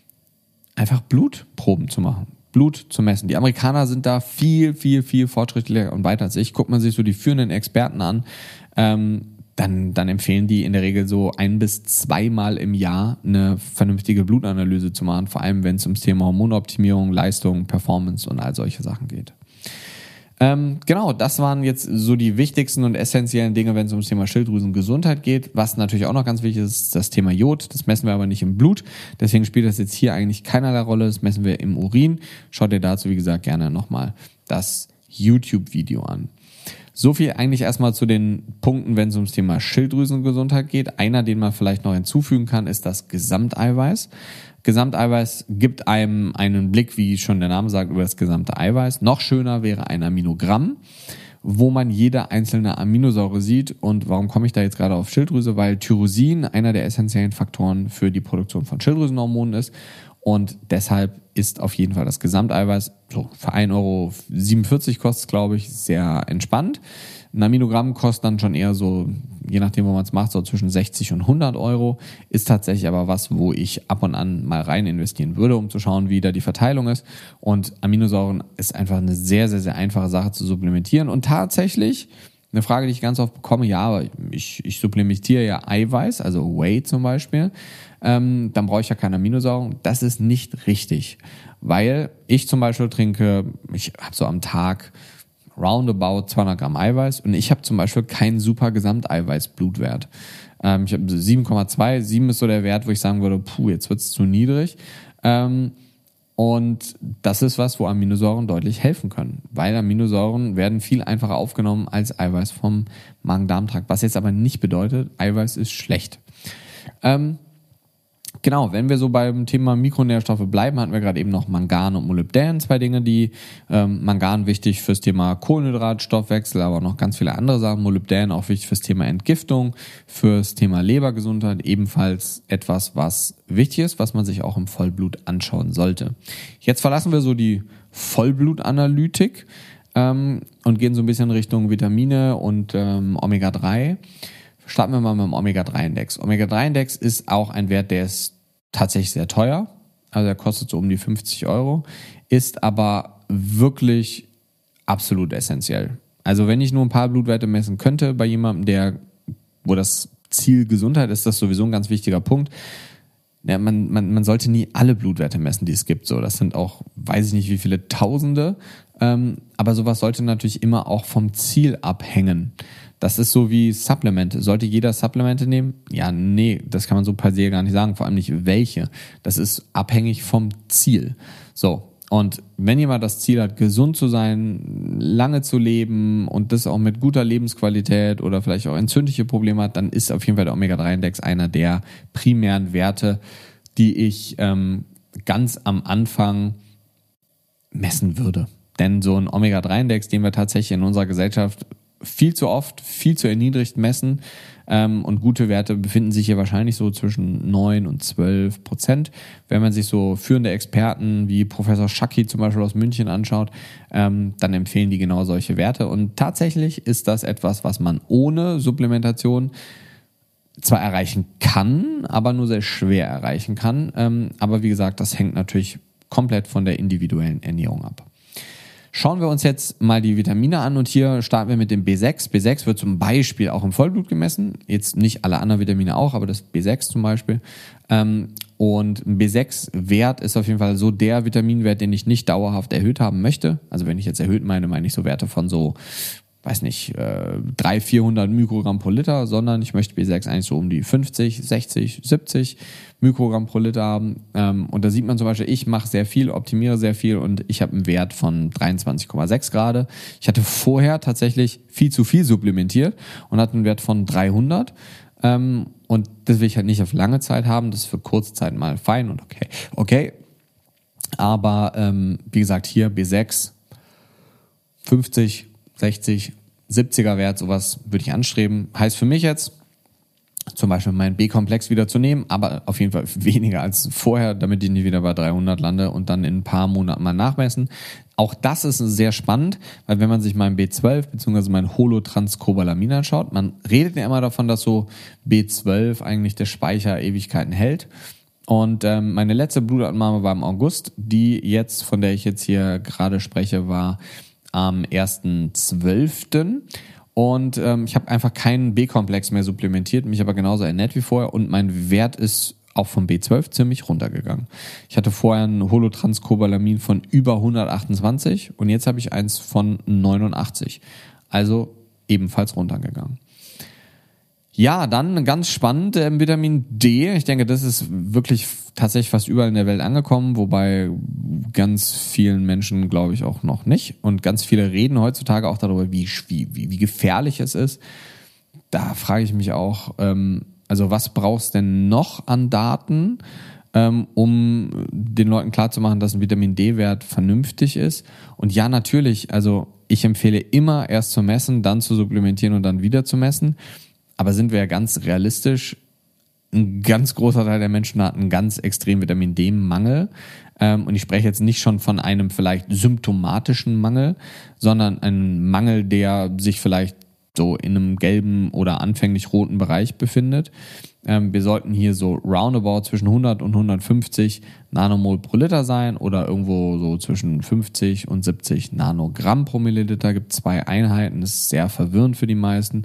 einfach Blutproben zu machen. Blut zu messen. Die Amerikaner sind da viel, viel, viel fortschrittlicher und weiter als ich. Guckt man sich so die führenden Experten an, ähm, dann, dann empfehlen die in der Regel so ein bis zweimal im Jahr eine vernünftige Blutanalyse zu machen, vor allem wenn es ums Thema Hormonoptimierung, Leistung, Performance und all solche Sachen geht. Ähm, genau, das waren jetzt so die wichtigsten und essentiellen Dinge, wenn es ums Thema Schilddrüsengesundheit geht. Was natürlich auch noch ganz wichtig ist, ist das Thema Jod. Das messen wir aber nicht im Blut. Deswegen spielt das jetzt hier eigentlich keinerlei Rolle. Das messen wir im Urin. Schaut dir dazu, wie gesagt, gerne nochmal das YouTube-Video an. So viel eigentlich erstmal zu den Punkten, wenn es ums Thema Schilddrüsengesundheit geht. Einer, den man vielleicht noch hinzufügen kann, ist das Gesamteiweiß. Gesamteiweiß gibt einem einen Blick, wie schon der Name sagt, über das gesamte Eiweiß. Noch schöner wäre ein Aminogramm, wo man jede einzelne Aminosäure sieht. Und warum komme ich da jetzt gerade auf Schilddrüse? Weil Tyrosin einer der essentiellen Faktoren für die Produktion von Schilddrüsenhormonen ist. Und deshalb ist auf jeden Fall das Gesamteiweiß, so für ein Euro siebenundvierzig kostet es, glaube ich, sehr entspannt. Ein Aminogramm kostet dann schon eher so, je nachdem, wo man es macht, so zwischen sechzig und hundert Euro. Ist tatsächlich aber was, wo ich ab und an mal rein investieren würde, um zu schauen, wie da die Verteilung ist. Und Aminosäuren ist einfach eine sehr, sehr, sehr einfache Sache zu supplementieren. Und tatsächlich, eine Frage, die ich ganz oft bekomme, ja, aber ich, ich supplementiere ja Eiweiß, also Whey zum Beispiel, ähm, dann brauche ich ja keine Aminosäuren. Das ist nicht richtig, weil ich zum Beispiel trinke, ich habe so am Tag roundabout zweihundert Gramm Eiweiß und ich habe zum Beispiel keinen super Gesamteiweiß-Blutwert. Ähm, ich habe sieben Komma zwei, sieben ist so der Wert, wo ich sagen würde, puh, jetzt wird es zu niedrig. Ähm, Und das ist was, wo Aminosäuren deutlich helfen können, weil Aminosäuren werden viel einfacher aufgenommen als Eiweiß vom Magen-Darm-Trakt, was jetzt aber nicht bedeutet, Eiweiß ist schlecht. Ähm, genau, wenn wir so beim Thema Mikronährstoffe bleiben, hatten wir gerade eben noch Mangan und Molybdän, zwei Dinge, die ähm, Mangan wichtig fürs Thema Kohlenhydratstoffwechsel, aber noch ganz viele andere Sachen. Molybdän auch wichtig fürs Thema Entgiftung, fürs Thema Lebergesundheit, ebenfalls etwas, was wichtig ist, was man sich auch im Vollblut anschauen sollte. Jetzt verlassen wir so die Vollblutanalytik ähm, und gehen so ein bisschen Richtung Vitamine und ähm, Omega drei. Starten wir mal mit dem Omega drei Index. Omega drei Index ist auch ein Wert, der ist tatsächlich sehr teuer. Also er kostet so um die fünfzig Euro, ist aber wirklich absolut essentiell. Also wenn ich nur ein paar Blutwerte messen könnte bei jemandem, der, wo das Ziel Gesundheit ist, das sowieso ein ganz wichtiger Punkt. ja, man, man, man sollte nie alle Blutwerte messen, die es gibt. So, das sind auch, weiß ich nicht, wie viele Tausende. Ähm, aber sowas sollte natürlich immer auch vom Ziel abhängen. Das ist so wie Supplemente. Sollte jeder Supplemente nehmen? Ja, nee, das kann man so per se gar nicht sagen. Vor allem nicht welche. Das ist abhängig vom Ziel. So. Und wenn jemand das Ziel hat, gesund zu sein, lange zu leben und das auch mit guter Lebensqualität oder vielleicht auch entzündliche Probleme hat, dann ist auf jeden Fall der Omega drei Index einer der primären Werte, die ich ähm, ganz am Anfang messen würde. Denn so ein Omega drei Index, den wir tatsächlich in unserer Gesellschaft viel zu oft, viel zu erniedrigt messen, ähm, und gute Werte befinden sich hier wahrscheinlich so zwischen neun und zwölf Prozent. Wenn man sich so führende Experten wie Professor Schacki zum Beispiel aus München anschaut, ähm, dann empfehlen die genau solche Werte. Und tatsächlich ist das etwas, was man ohne Supplementation zwar erreichen kann, aber nur sehr schwer erreichen kann. Ähm, aber wie gesagt, das hängt natürlich komplett von der individuellen Ernährung ab. Schauen wir uns jetzt mal die Vitamine an und hier starten wir mit dem B sechs. B sechs wird zum Beispiel auch im Vollblut gemessen, jetzt nicht alle anderen Vitamine auch, aber das B sechs zum Beispiel. Und ein B sechs Wert ist auf jeden Fall so der Vitaminwert, den ich nicht dauerhaft erhöht haben möchte. Also wenn ich jetzt erhöht meine, meine ich so Werte von so, weiß nicht, dreihundert, vierhundert Mikrogramm pro Liter, sondern ich möchte B sechs eigentlich so um die fünfzig, sechzig, siebzig Mikrogramm pro Liter haben. Und da sieht man zum Beispiel, ich mache sehr viel, optimiere sehr viel und ich habe einen Wert von dreiundzwanzig Komma sechs gerade. Ich hatte vorher tatsächlich viel zu viel supplementiert und hatte einen Wert von dreihundert. Und das will ich halt nicht auf lange Zeit haben. Das ist für kurze Zeit mal fein und okay. Okay. Aber wie gesagt, hier B sechs, fünfzig, sechzig, siebziger Wert, sowas würde ich anstreben. Heißt für mich jetzt, zum Beispiel meinen B-Komplex wieder zu nehmen, aber auf jeden Fall weniger als vorher, damit ich nicht wieder bei dreihundert lande und dann in ein paar Monaten mal nachmessen. Auch das ist sehr spannend, weil wenn man sich meinen B zwölf bzw. mein Holotranscobalamin anschaut, man redet ja immer davon, dass so B zwölf eigentlich der Speicher Ewigkeiten hält. Und ähm, meine letzte Blutabnahme war im August, die jetzt, von der ich jetzt hier gerade spreche, war am ersten zwölften Und ähm, ich habe einfach keinen B-Komplex mehr supplementiert, mich aber genauso ernährt wie vorher und mein Wert ist auch vom B zwölf ziemlich runtergegangen. Ich hatte vorher ein Holotranscobalamin von über hundertachtundzwanzig und jetzt habe ich eins von neunundachtzig. Also ebenfalls runtergegangen. Ja, dann ganz spannend, äh, Vitamin D. Ich denke, das ist wirklich tatsächlich fast überall in der Welt angekommen, wobei ganz vielen Menschen, glaube ich, auch noch nicht. Und ganz viele reden heutzutage auch darüber, wie, wie, wie gefährlich es ist. Da frage ich mich auch, ähm, also was brauchst du denn noch an Daten, ähm, um den Leuten klarzumachen, dass ein Vitamin D-Wert vernünftig ist? Und ja, natürlich, also ich empfehle immer erst zu messen, dann zu supplementieren und dann wieder zu messen. Aber sind wir ja ganz realistisch, ein ganz großer Teil der Menschen hat einen ganz extremen Vitamin D-Mangel. Und ich spreche jetzt nicht schon von einem vielleicht symptomatischen Mangel, sondern einem Mangel, der sich vielleicht so in einem gelben oder anfänglich roten Bereich befindet. Wir sollten hier so roundabout zwischen hundert und hundertfünfzig Nanomol pro Liter sein oder irgendwo so zwischen fünfzig und siebzig Nanogramm pro Milliliter. Gibt zwei Einheiten, das ist sehr verwirrend für die meisten.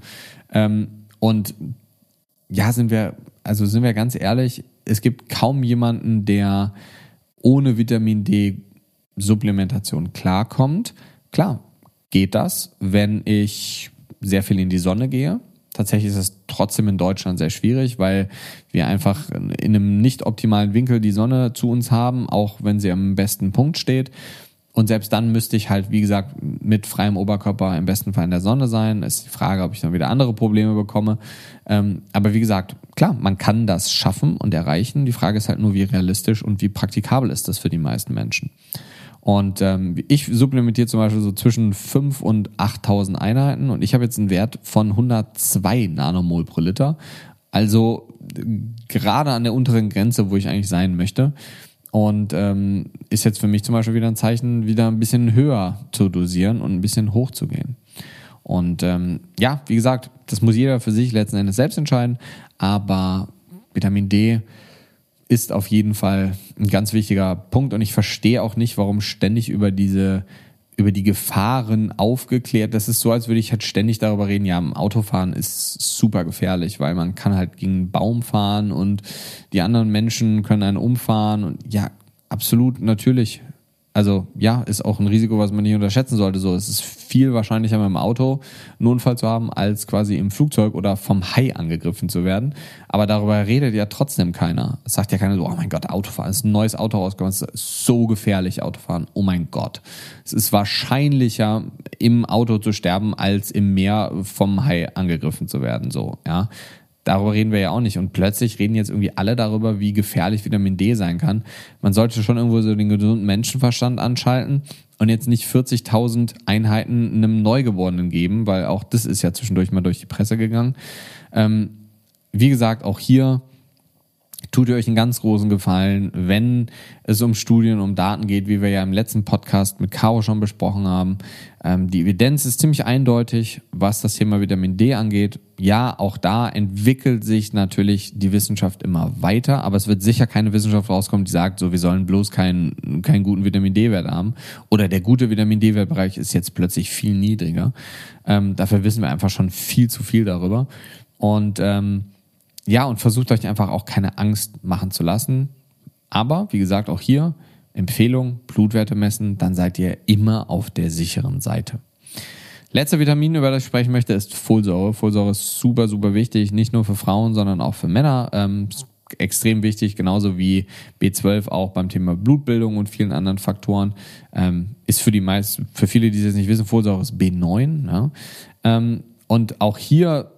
Und ja, sind wir, also sind wir ganz ehrlich, es gibt kaum jemanden, der ohne Vitamin D-Supplementation klarkommt. Klar, geht das, wenn ich sehr viel in die Sonne gehe. Tatsächlich ist es trotzdem in Deutschland sehr schwierig, weil wir einfach in einem nicht optimalen Winkel die Sonne zu uns haben, auch wenn sie am besten Punkt steht. Und selbst dann müsste ich halt, wie gesagt, mit freiem Oberkörper im besten Fall in der Sonne sein. Ist die Frage, ob ich dann wieder andere Probleme bekomme. Ähm, aber wie gesagt, klar, man kann das schaffen und erreichen. Die Frage ist halt nur, wie realistisch und wie praktikabel ist das für die meisten Menschen. Und ähm, ich supplementiere zum Beispiel so zwischen fünftausend und achttausend Einheiten und ich habe jetzt einen Wert von hundertzwei Nanomol pro Liter. Also gerade an der unteren Grenze, wo ich eigentlich sein möchte. Und ähm, ist jetzt für mich zum Beispiel wieder ein Zeichen, wieder ein bisschen höher zu dosieren und ein bisschen hoch zu gehen. Und ähm, ja, wie gesagt, das muss jeder für sich letzten Endes selbst entscheiden. Aber Vitamin D ist auf jeden Fall ein ganz wichtiger Punkt. Und ich verstehe auch nicht, warum ständig über diese über die Gefahren aufgeklärt. Das ist so, als würde ich halt ständig darüber reden, ja, Autofahren ist super gefährlich, weil man kann halt gegen einen Baum fahren und die anderen Menschen können einen umfahren und ja, absolut, natürlich. Also ja, ist auch ein Risiko, was man nicht unterschätzen sollte. So, es ist viel wahrscheinlicher mit dem Auto einen Unfall zu haben, als quasi im Flugzeug oder vom Hai angegriffen zu werden. Aber darüber redet ja trotzdem keiner. Es sagt ja keiner so, oh mein Gott, Autofahren, es ist ein neues Auto rausgekommen, es ist so gefährlich, Autofahren. Oh mein Gott. Es ist wahrscheinlicher, im Auto zu sterben, als im Meer vom Hai angegriffen zu werden. So, ja. Darüber reden wir ja auch nicht. Und plötzlich reden jetzt irgendwie alle darüber, wie gefährlich Vitamin D sein kann. Man sollte schon irgendwo so den gesunden Menschenverstand anschalten und jetzt nicht vierzigtausend Einheiten einem Neugeborenen geben, weil auch das ist ja zwischendurch mal durch die Presse gegangen. Ähm, wie gesagt, auch hier tut ihr euch einen ganz großen Gefallen, wenn es um Studien, um Daten geht, wie wir ja im letzten Podcast mit Caro schon besprochen haben. Ähm, die Evidenz ist ziemlich eindeutig, was das Thema Vitamin D angeht. Ja, auch da entwickelt sich natürlich die Wissenschaft immer weiter, aber es wird sicher keine Wissenschaft rauskommen, die sagt, so, wir sollen bloß keinen, keinen guten Vitamin D-Wert haben oder der gute Vitamin D-Wertbereich ist jetzt plötzlich viel niedriger. Ähm, dafür wissen wir einfach schon viel zu viel darüber. Und ähm, ja, und versucht euch einfach auch keine Angst machen zu lassen. Aber, wie gesagt, auch hier Empfehlung, Blutwerte messen, dann seid ihr immer auf der sicheren Seite. Letzte Vitamin, über das ich sprechen möchte, ist Folsäure. Folsäure ist super, super wichtig, nicht nur für Frauen, sondern auch für Männer. Ähm, ist extrem wichtig, genauso wie B zwölf auch beim Thema Blutbildung und vielen anderen Faktoren. Ähm, ist für die meisten, für viele, die es jetzt nicht wissen, Folsäure ist B neun. Ja? Ähm, und auch hier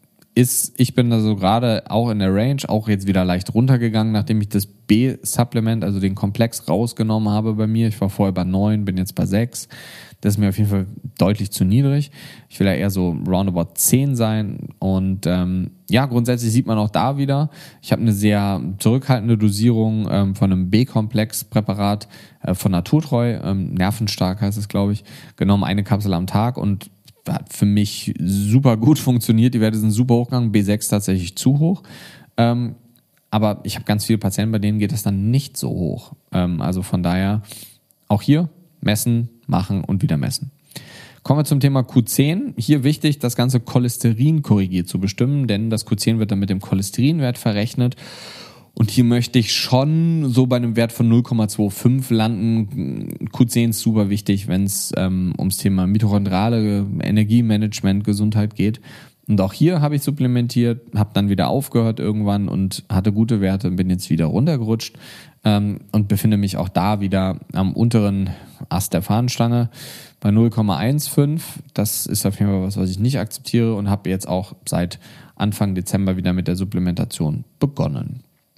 ist, ich bin also gerade auch in der Range, auch jetzt wieder leicht runtergegangen, nachdem ich das B-Supplement, also den Komplex rausgenommen habe bei mir. Ich war vorher bei neun, bin jetzt bei sechs. Das ist mir auf jeden Fall deutlich zu niedrig. Ich will ja eher so roundabout zehn sein. Und ähm, ja, grundsätzlich sieht man auch da wieder, ich habe eine sehr zurückhaltende Dosierung ähm, von einem B-Komplex-Präparat äh, von Naturtreu, ähm, nervenstark heißt es, glaube ich, genommen, eine Kapsel am Tag und hat für mich super gut funktioniert. Die Werte sind super hochgegangen, B sechs tatsächlich zu hoch. Ähm, aber ich habe ganz viele Patienten, bei denen geht das dann nicht so hoch. Ähm, also von daher auch hier messen, machen und wieder messen. Kommen wir zum Thema Q zehn. Hier wichtig, das ganze Cholesterin korrigiert zu bestimmen, denn das Q zehn wird dann mit dem Cholesterinwert verrechnet. Und hier möchte ich schon so bei einem Wert von null Komma fünfundzwanzig landen. Q zehn ist super wichtig, wenn es ähm, ums Thema mitochondrale Energiemanagement, Gesundheit geht. Und auch hier habe ich supplementiert, habe dann wieder aufgehört irgendwann und hatte gute Werte und bin jetzt wieder runtergerutscht ähm, und befinde mich auch da wieder am unteren Ast der Fahnenstange bei null Komma fünfzehn. Das ist auf jeden Fall was, was ich nicht akzeptiere und habe jetzt auch seit Anfang Dezember wieder mit der Supplementation begonnen.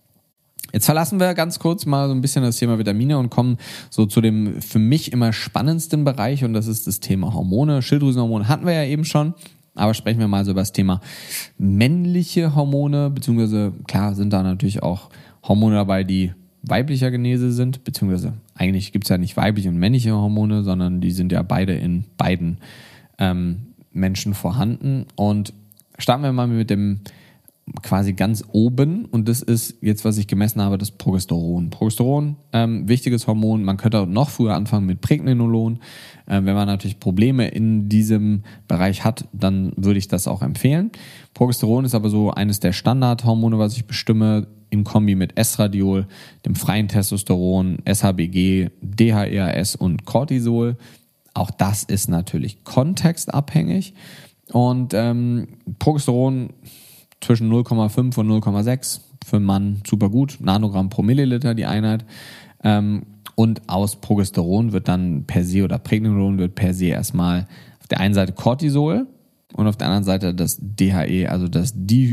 Jetzt verlassen wir ganz kurz mal so ein bisschen das Thema Vitamine und kommen so zu dem für mich immer spannendsten Bereich und das ist das Thema Hormone. Schilddrüsenhormone hatten wir ja eben schon, aber sprechen wir mal so über das Thema männliche Hormone, beziehungsweise klar sind da natürlich auch Hormone dabei, die weiblicher Genese sind, beziehungsweise eigentlich gibt es ja nicht weibliche und männliche Hormone, sondern die sind ja beide in beiden ähm, Menschen vorhanden. Und starten wir mal mit dem quasi ganz oben und das ist jetzt, was ich gemessen habe, das Progesteron. Progesteron, ähm, wichtiges Hormon, man könnte auch noch früher anfangen mit Pregnenolon. Äh, wenn man natürlich Probleme in diesem Bereich hat, dann würde ich das auch empfehlen. Progesteron ist aber so eines der Standardhormone, was ich bestimme, in Kombi mit Estradiol, dem freien Testosteron, S H B G, D H E A S und Cortisol. Auch das ist natürlich kontextabhängig und ähm, Progesteron zwischen null Komma fünf und null Komma sechs für einen Mann super gut, Nanogramm pro Milliliter die Einheit. Ähm, und aus Progesteron wird dann per se oder Pregnenolon wird per se erstmal auf der einen Seite Cortisol und auf der anderen Seite das D H E, also das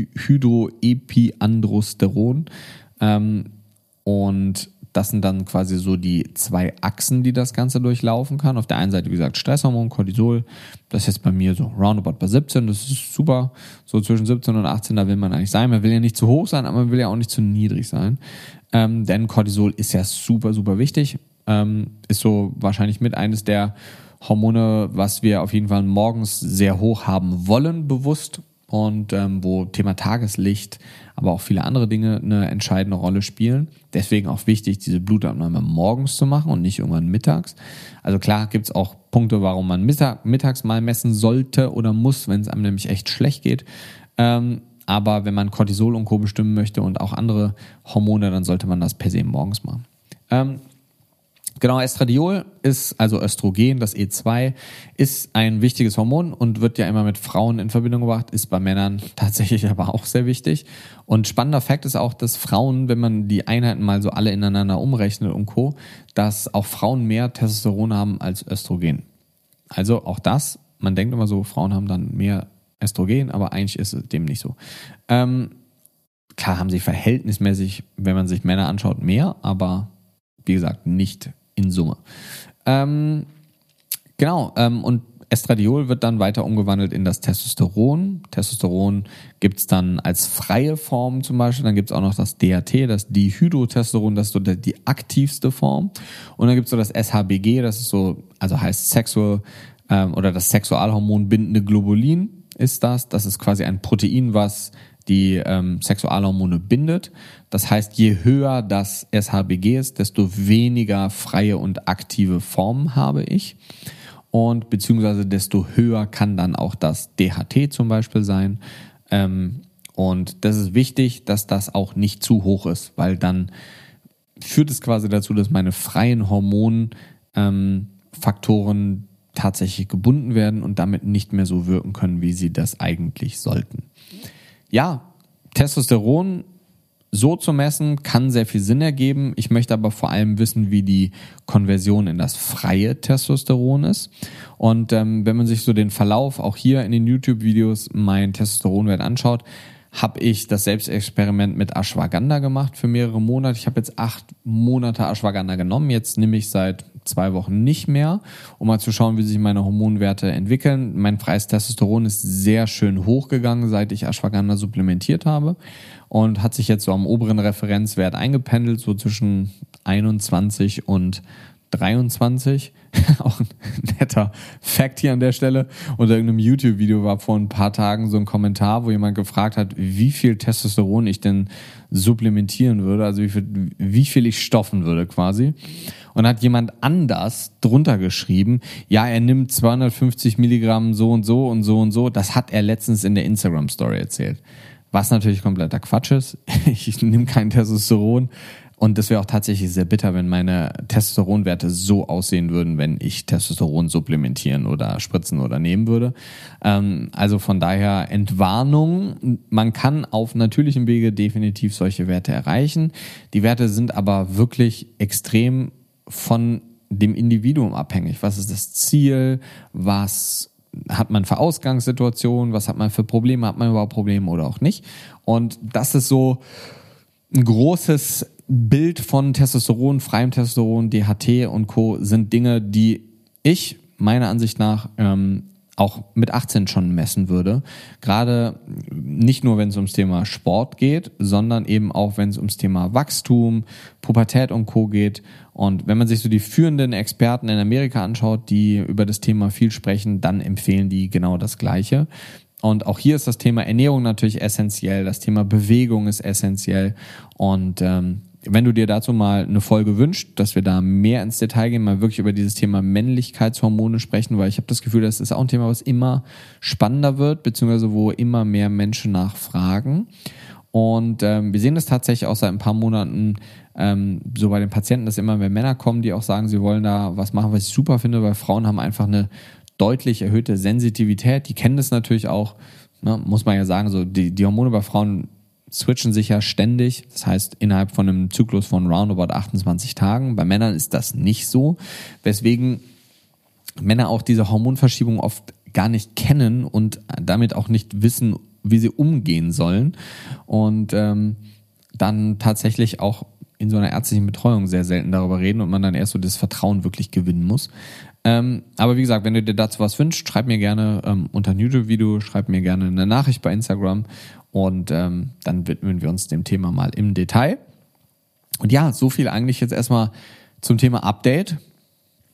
Dihydroepiandrosteron. Ähm, und das sind dann quasi so die zwei Achsen, die das Ganze durchlaufen kann. Auf der einen Seite, wie gesagt, Stresshormon, Cortisol. Das ist jetzt bei mir so roundabout bei siebzehn. Das ist super. So zwischen siebzehn und achtzehn, da will man eigentlich sein. Man will ja nicht zu hoch sein, aber man will ja auch nicht zu niedrig sein. Ähm, denn Cortisol ist ja super, super wichtig. Ähm, ist so wahrscheinlich mit eines der Hormone, was wir auf jeden Fall morgens sehr hoch haben wollen, bewusst. und ähm, wo Thema Tageslicht, aber auch viele andere Dinge eine entscheidende Rolle spielen. Deswegen auch wichtig, diese Blutabnahme morgens zu machen und nicht irgendwann mittags. Also klar gibt es auch Punkte, warum man mittag, mittags mal messen sollte oder muss, wenn es einem nämlich echt schlecht geht. Ähm, aber wenn man Cortisol und Co. bestimmen möchte und auch andere Hormone, dann sollte man das per se morgens machen. Ähm, Genau, Estradiol ist, also Östrogen, das E zwei, ist ein wichtiges Hormon und wird ja immer mit Frauen in Verbindung gebracht, ist bei Männern tatsächlich aber auch sehr wichtig. Und spannender Fakt ist auch, dass Frauen, wenn man die Einheiten mal so alle ineinander umrechnet und Co., dass auch Frauen mehr Testosteron haben als Östrogen. Also auch das, man denkt immer so, Frauen haben dann mehr Östrogen, aber eigentlich ist es dem nicht so. Ähm, klar haben sie verhältnismäßig, wenn man sich Männer anschaut, mehr, aber wie gesagt, nicht in Summe. Ähm, genau, ähm, und Estradiol wird dann weiter umgewandelt in das Testosteron. Testosteron gibt es dann als freie Form zum Beispiel. Dann gibt es auch noch das D H T, das Dihydrotestosteron, das ist so die aktivste Form. Und dann gibt es so das S H B G, das ist so, also heißt Sexual ähm, oder das Sexualhormon bindende Globulin ist das. Das ist quasi ein Protein, was die ähm, Sexualhormone bindet. Das heißt, je höher das S H B G ist, desto weniger freie und aktive Formen habe ich. Und beziehungsweise desto höher kann dann auch das D H T zum Beispiel sein. Ähm, und das ist wichtig, dass das auch nicht zu hoch ist, weil dann führt es quasi dazu, dass meine freien Hormonfaktoren ähm, tatsächlich gebunden werden und damit nicht mehr so wirken können, wie sie das eigentlich sollten. Ja, Testosteron so zu messen kann sehr viel Sinn ergeben. Ich möchte aber vor allem wissen, wie die Konversion in das freie Testosteron ist. Und ähm, wenn man sich so den Verlauf auch hier in den YouTube-Videos meinen Testosteronwert anschaut, habe ich das Selbstexperiment mit Ashwagandha gemacht für mehrere Monate. Ich habe jetzt acht Monate Ashwagandha genommen. Jetzt nehme ich seit zwei Wochen nicht mehr, um mal zu schauen, wie sich meine Hormonwerte entwickeln. Mein freies Testosteron ist sehr schön hochgegangen, seit ich Ashwagandha supplementiert habe und hat sich jetzt so am oberen Referenzwert eingependelt, so zwischen einundzwanzig und dreiundzwanzig. Auch ein netter Fact hier an der Stelle. Unter irgendeinem YouTube-Video war vor ein paar Tagen so ein Kommentar, wo jemand gefragt hat, wie viel Testosteron ich denn supplementieren würde, also wie viel, wie viel ich stoffen würde quasi. Und hat jemand anders drunter geschrieben, ja, er nimmt zweihundertfünfzig Milligramm so und so und so und so. Das hat er letztens in der Instagram-Story erzählt. Was natürlich kompletter Quatsch ist. Ich nehme kein Testosteron. Und das wäre auch tatsächlich sehr bitter, wenn meine Testosteronwerte so aussehen würden, wenn ich Testosteron supplementieren oder spritzen oder nehmen würde. Ähm, also von daher Entwarnung. Man kann auf natürlichem Wege definitiv solche Werte erreichen. Die Werte sind aber wirklich extrem von dem Individuum abhängig. Was ist das Ziel? Was hat man für Ausgangssituationen? Was hat man für Probleme? Hat man überhaupt Probleme oder auch nicht? Und das ist so ein großes Bild von Testosteron, freiem Testosteron, D H T und Co. sind Dinge, die ich meiner Ansicht nach ähm, auch mit achtzehn schon messen würde. Gerade nicht nur, wenn es ums Thema Sport geht, sondern eben auch, wenn es ums Thema Wachstum, Pubertät und Co. geht. Und wenn man sich so die führenden Experten in Amerika anschaut, die über das Thema viel sprechen, dann empfehlen die genau das Gleiche. Und auch hier ist das Thema Ernährung natürlich essentiell, das Thema Bewegung ist essentiell. Und ähm, wenn du dir dazu mal eine Folge wünschst, dass wir da mehr ins Detail gehen, mal wirklich über dieses Thema Männlichkeitshormone sprechen, weil ich habe das Gefühl, das ist auch ein Thema, was immer spannender wird, beziehungsweise wo immer mehr Menschen nachfragen. Und ähm, wir sehen das tatsächlich auch seit ein paar Monaten ähm, so bei den Patienten, dass immer mehr Männer kommen, die auch sagen, sie wollen da was machen, was ich super finde, weil Frauen haben einfach eine deutlich erhöhte Sensitivität. Die kennen das natürlich auch, ne, muss man ja sagen, so die, die Hormone bei Frauen switchen sich ja ständig. Das heißt, innerhalb von einem Zyklus von roundabout achtundzwanzig Tagen. Bei Männern ist das nicht so, weswegen Männer auch diese Hormonverschiebung oft gar nicht kennen und damit auch nicht wissen, wie sie umgehen sollen. Und ähm, dann tatsächlich auch in so einer ärztlichen Betreuung sehr selten darüber reden und man dann erst so das Vertrauen wirklich gewinnen muss. Ähm, aber wie gesagt, wenn du dir dazu was wünschst, schreib mir gerne ähm, unter ein YouTube-Video, schreib mir gerne eine Nachricht bei Instagram und ähm, dann widmen wir uns dem Thema mal im Detail. Und ja, so viel eigentlich jetzt erstmal zum Thema Update.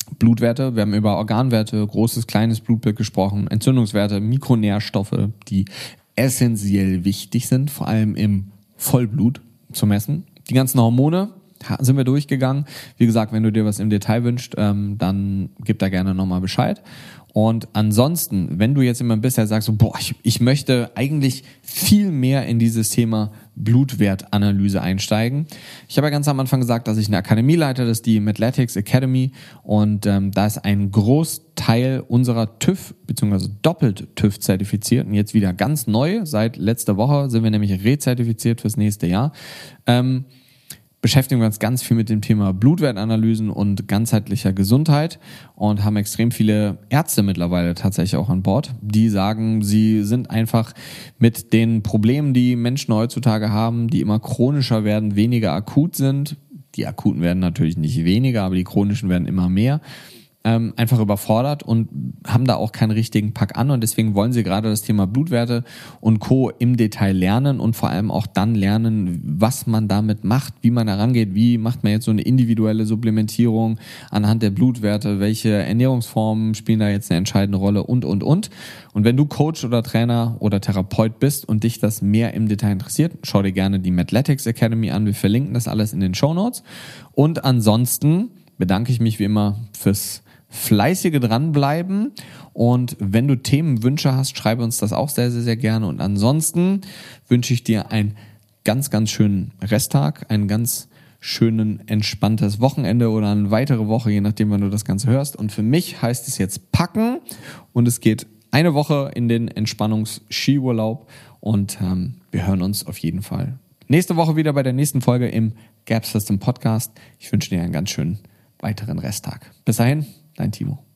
Blutwerte, wir haben über Organwerte, großes, kleines Blutbild gesprochen, Entzündungswerte, Mikronährstoffe, die essentiell wichtig sind, vor allem im Vollblut zu messen. Die ganzen Hormone sind wir durchgegangen. Wie gesagt, wenn du dir was im Detail wünschst, ähm, dann gib da gerne nochmal Bescheid. Und ansonsten, wenn du jetzt immer bisher sagst, so, boah, ich, ich möchte eigentlich viel mehr in dieses Thema Blutwertanalyse einsteigen. Ich habe ja ganz am Anfang gesagt, dass ich eine Akademie leite, das ist die Medletics Academy, und ähm, da ist ein Großteil unserer TÜV bzw. doppelt TÜV zertifiziert und jetzt wieder ganz neu. Seit letzter Woche sind wir nämlich rezertifiziert fürs nächste Jahr. Ähm, beschäftigen wir uns ganz viel mit dem Thema Blutwertanalysen und ganzheitlicher Gesundheit und haben extrem viele Ärzte mittlerweile tatsächlich auch an Bord, die sagen, sie sind einfach mit den Problemen, die Menschen heutzutage haben, die immer chronischer werden, weniger akut sind. Die akuten werden natürlich nicht weniger, aber die chronischen werden immer mehr. Ähm, einfach überfordert und haben da auch keinen richtigen Pack an, und deswegen wollen sie gerade das Thema Blutwerte und Co. im Detail lernen und vor allem auch dann lernen, was man damit macht, wie man da rangeht, wie macht man jetzt so eine individuelle Supplementierung anhand der Blutwerte, welche Ernährungsformen spielen da jetzt eine entscheidende Rolle und, und, und. Und wenn du Coach oder Trainer oder Therapeut bist und dich das mehr im Detail interessiert, schau dir gerne die Medletics Academy an, wir verlinken das alles in den Shownotes. Und ansonsten bedanke ich mich wie immer fürs fleißige Dranbleiben, und wenn du Themenwünsche hast, schreibe uns das auch sehr, sehr, sehr gerne, und ansonsten wünsche ich dir einen ganz, ganz schönen Resttag, einen ganz schönen, entspanntes Wochenende oder eine weitere Woche, je nachdem, wann du das Ganze hörst, und für mich heißt es jetzt packen, und es geht eine Woche in den Entspannungs-Skiurlaub, und ähm, wir hören uns auf jeden Fall nächste Woche wieder bei der nächsten Folge im Gap System Podcast. Ich wünsche dir einen ganz schönen weiteren Resttag. Bis dahin, dein Timo.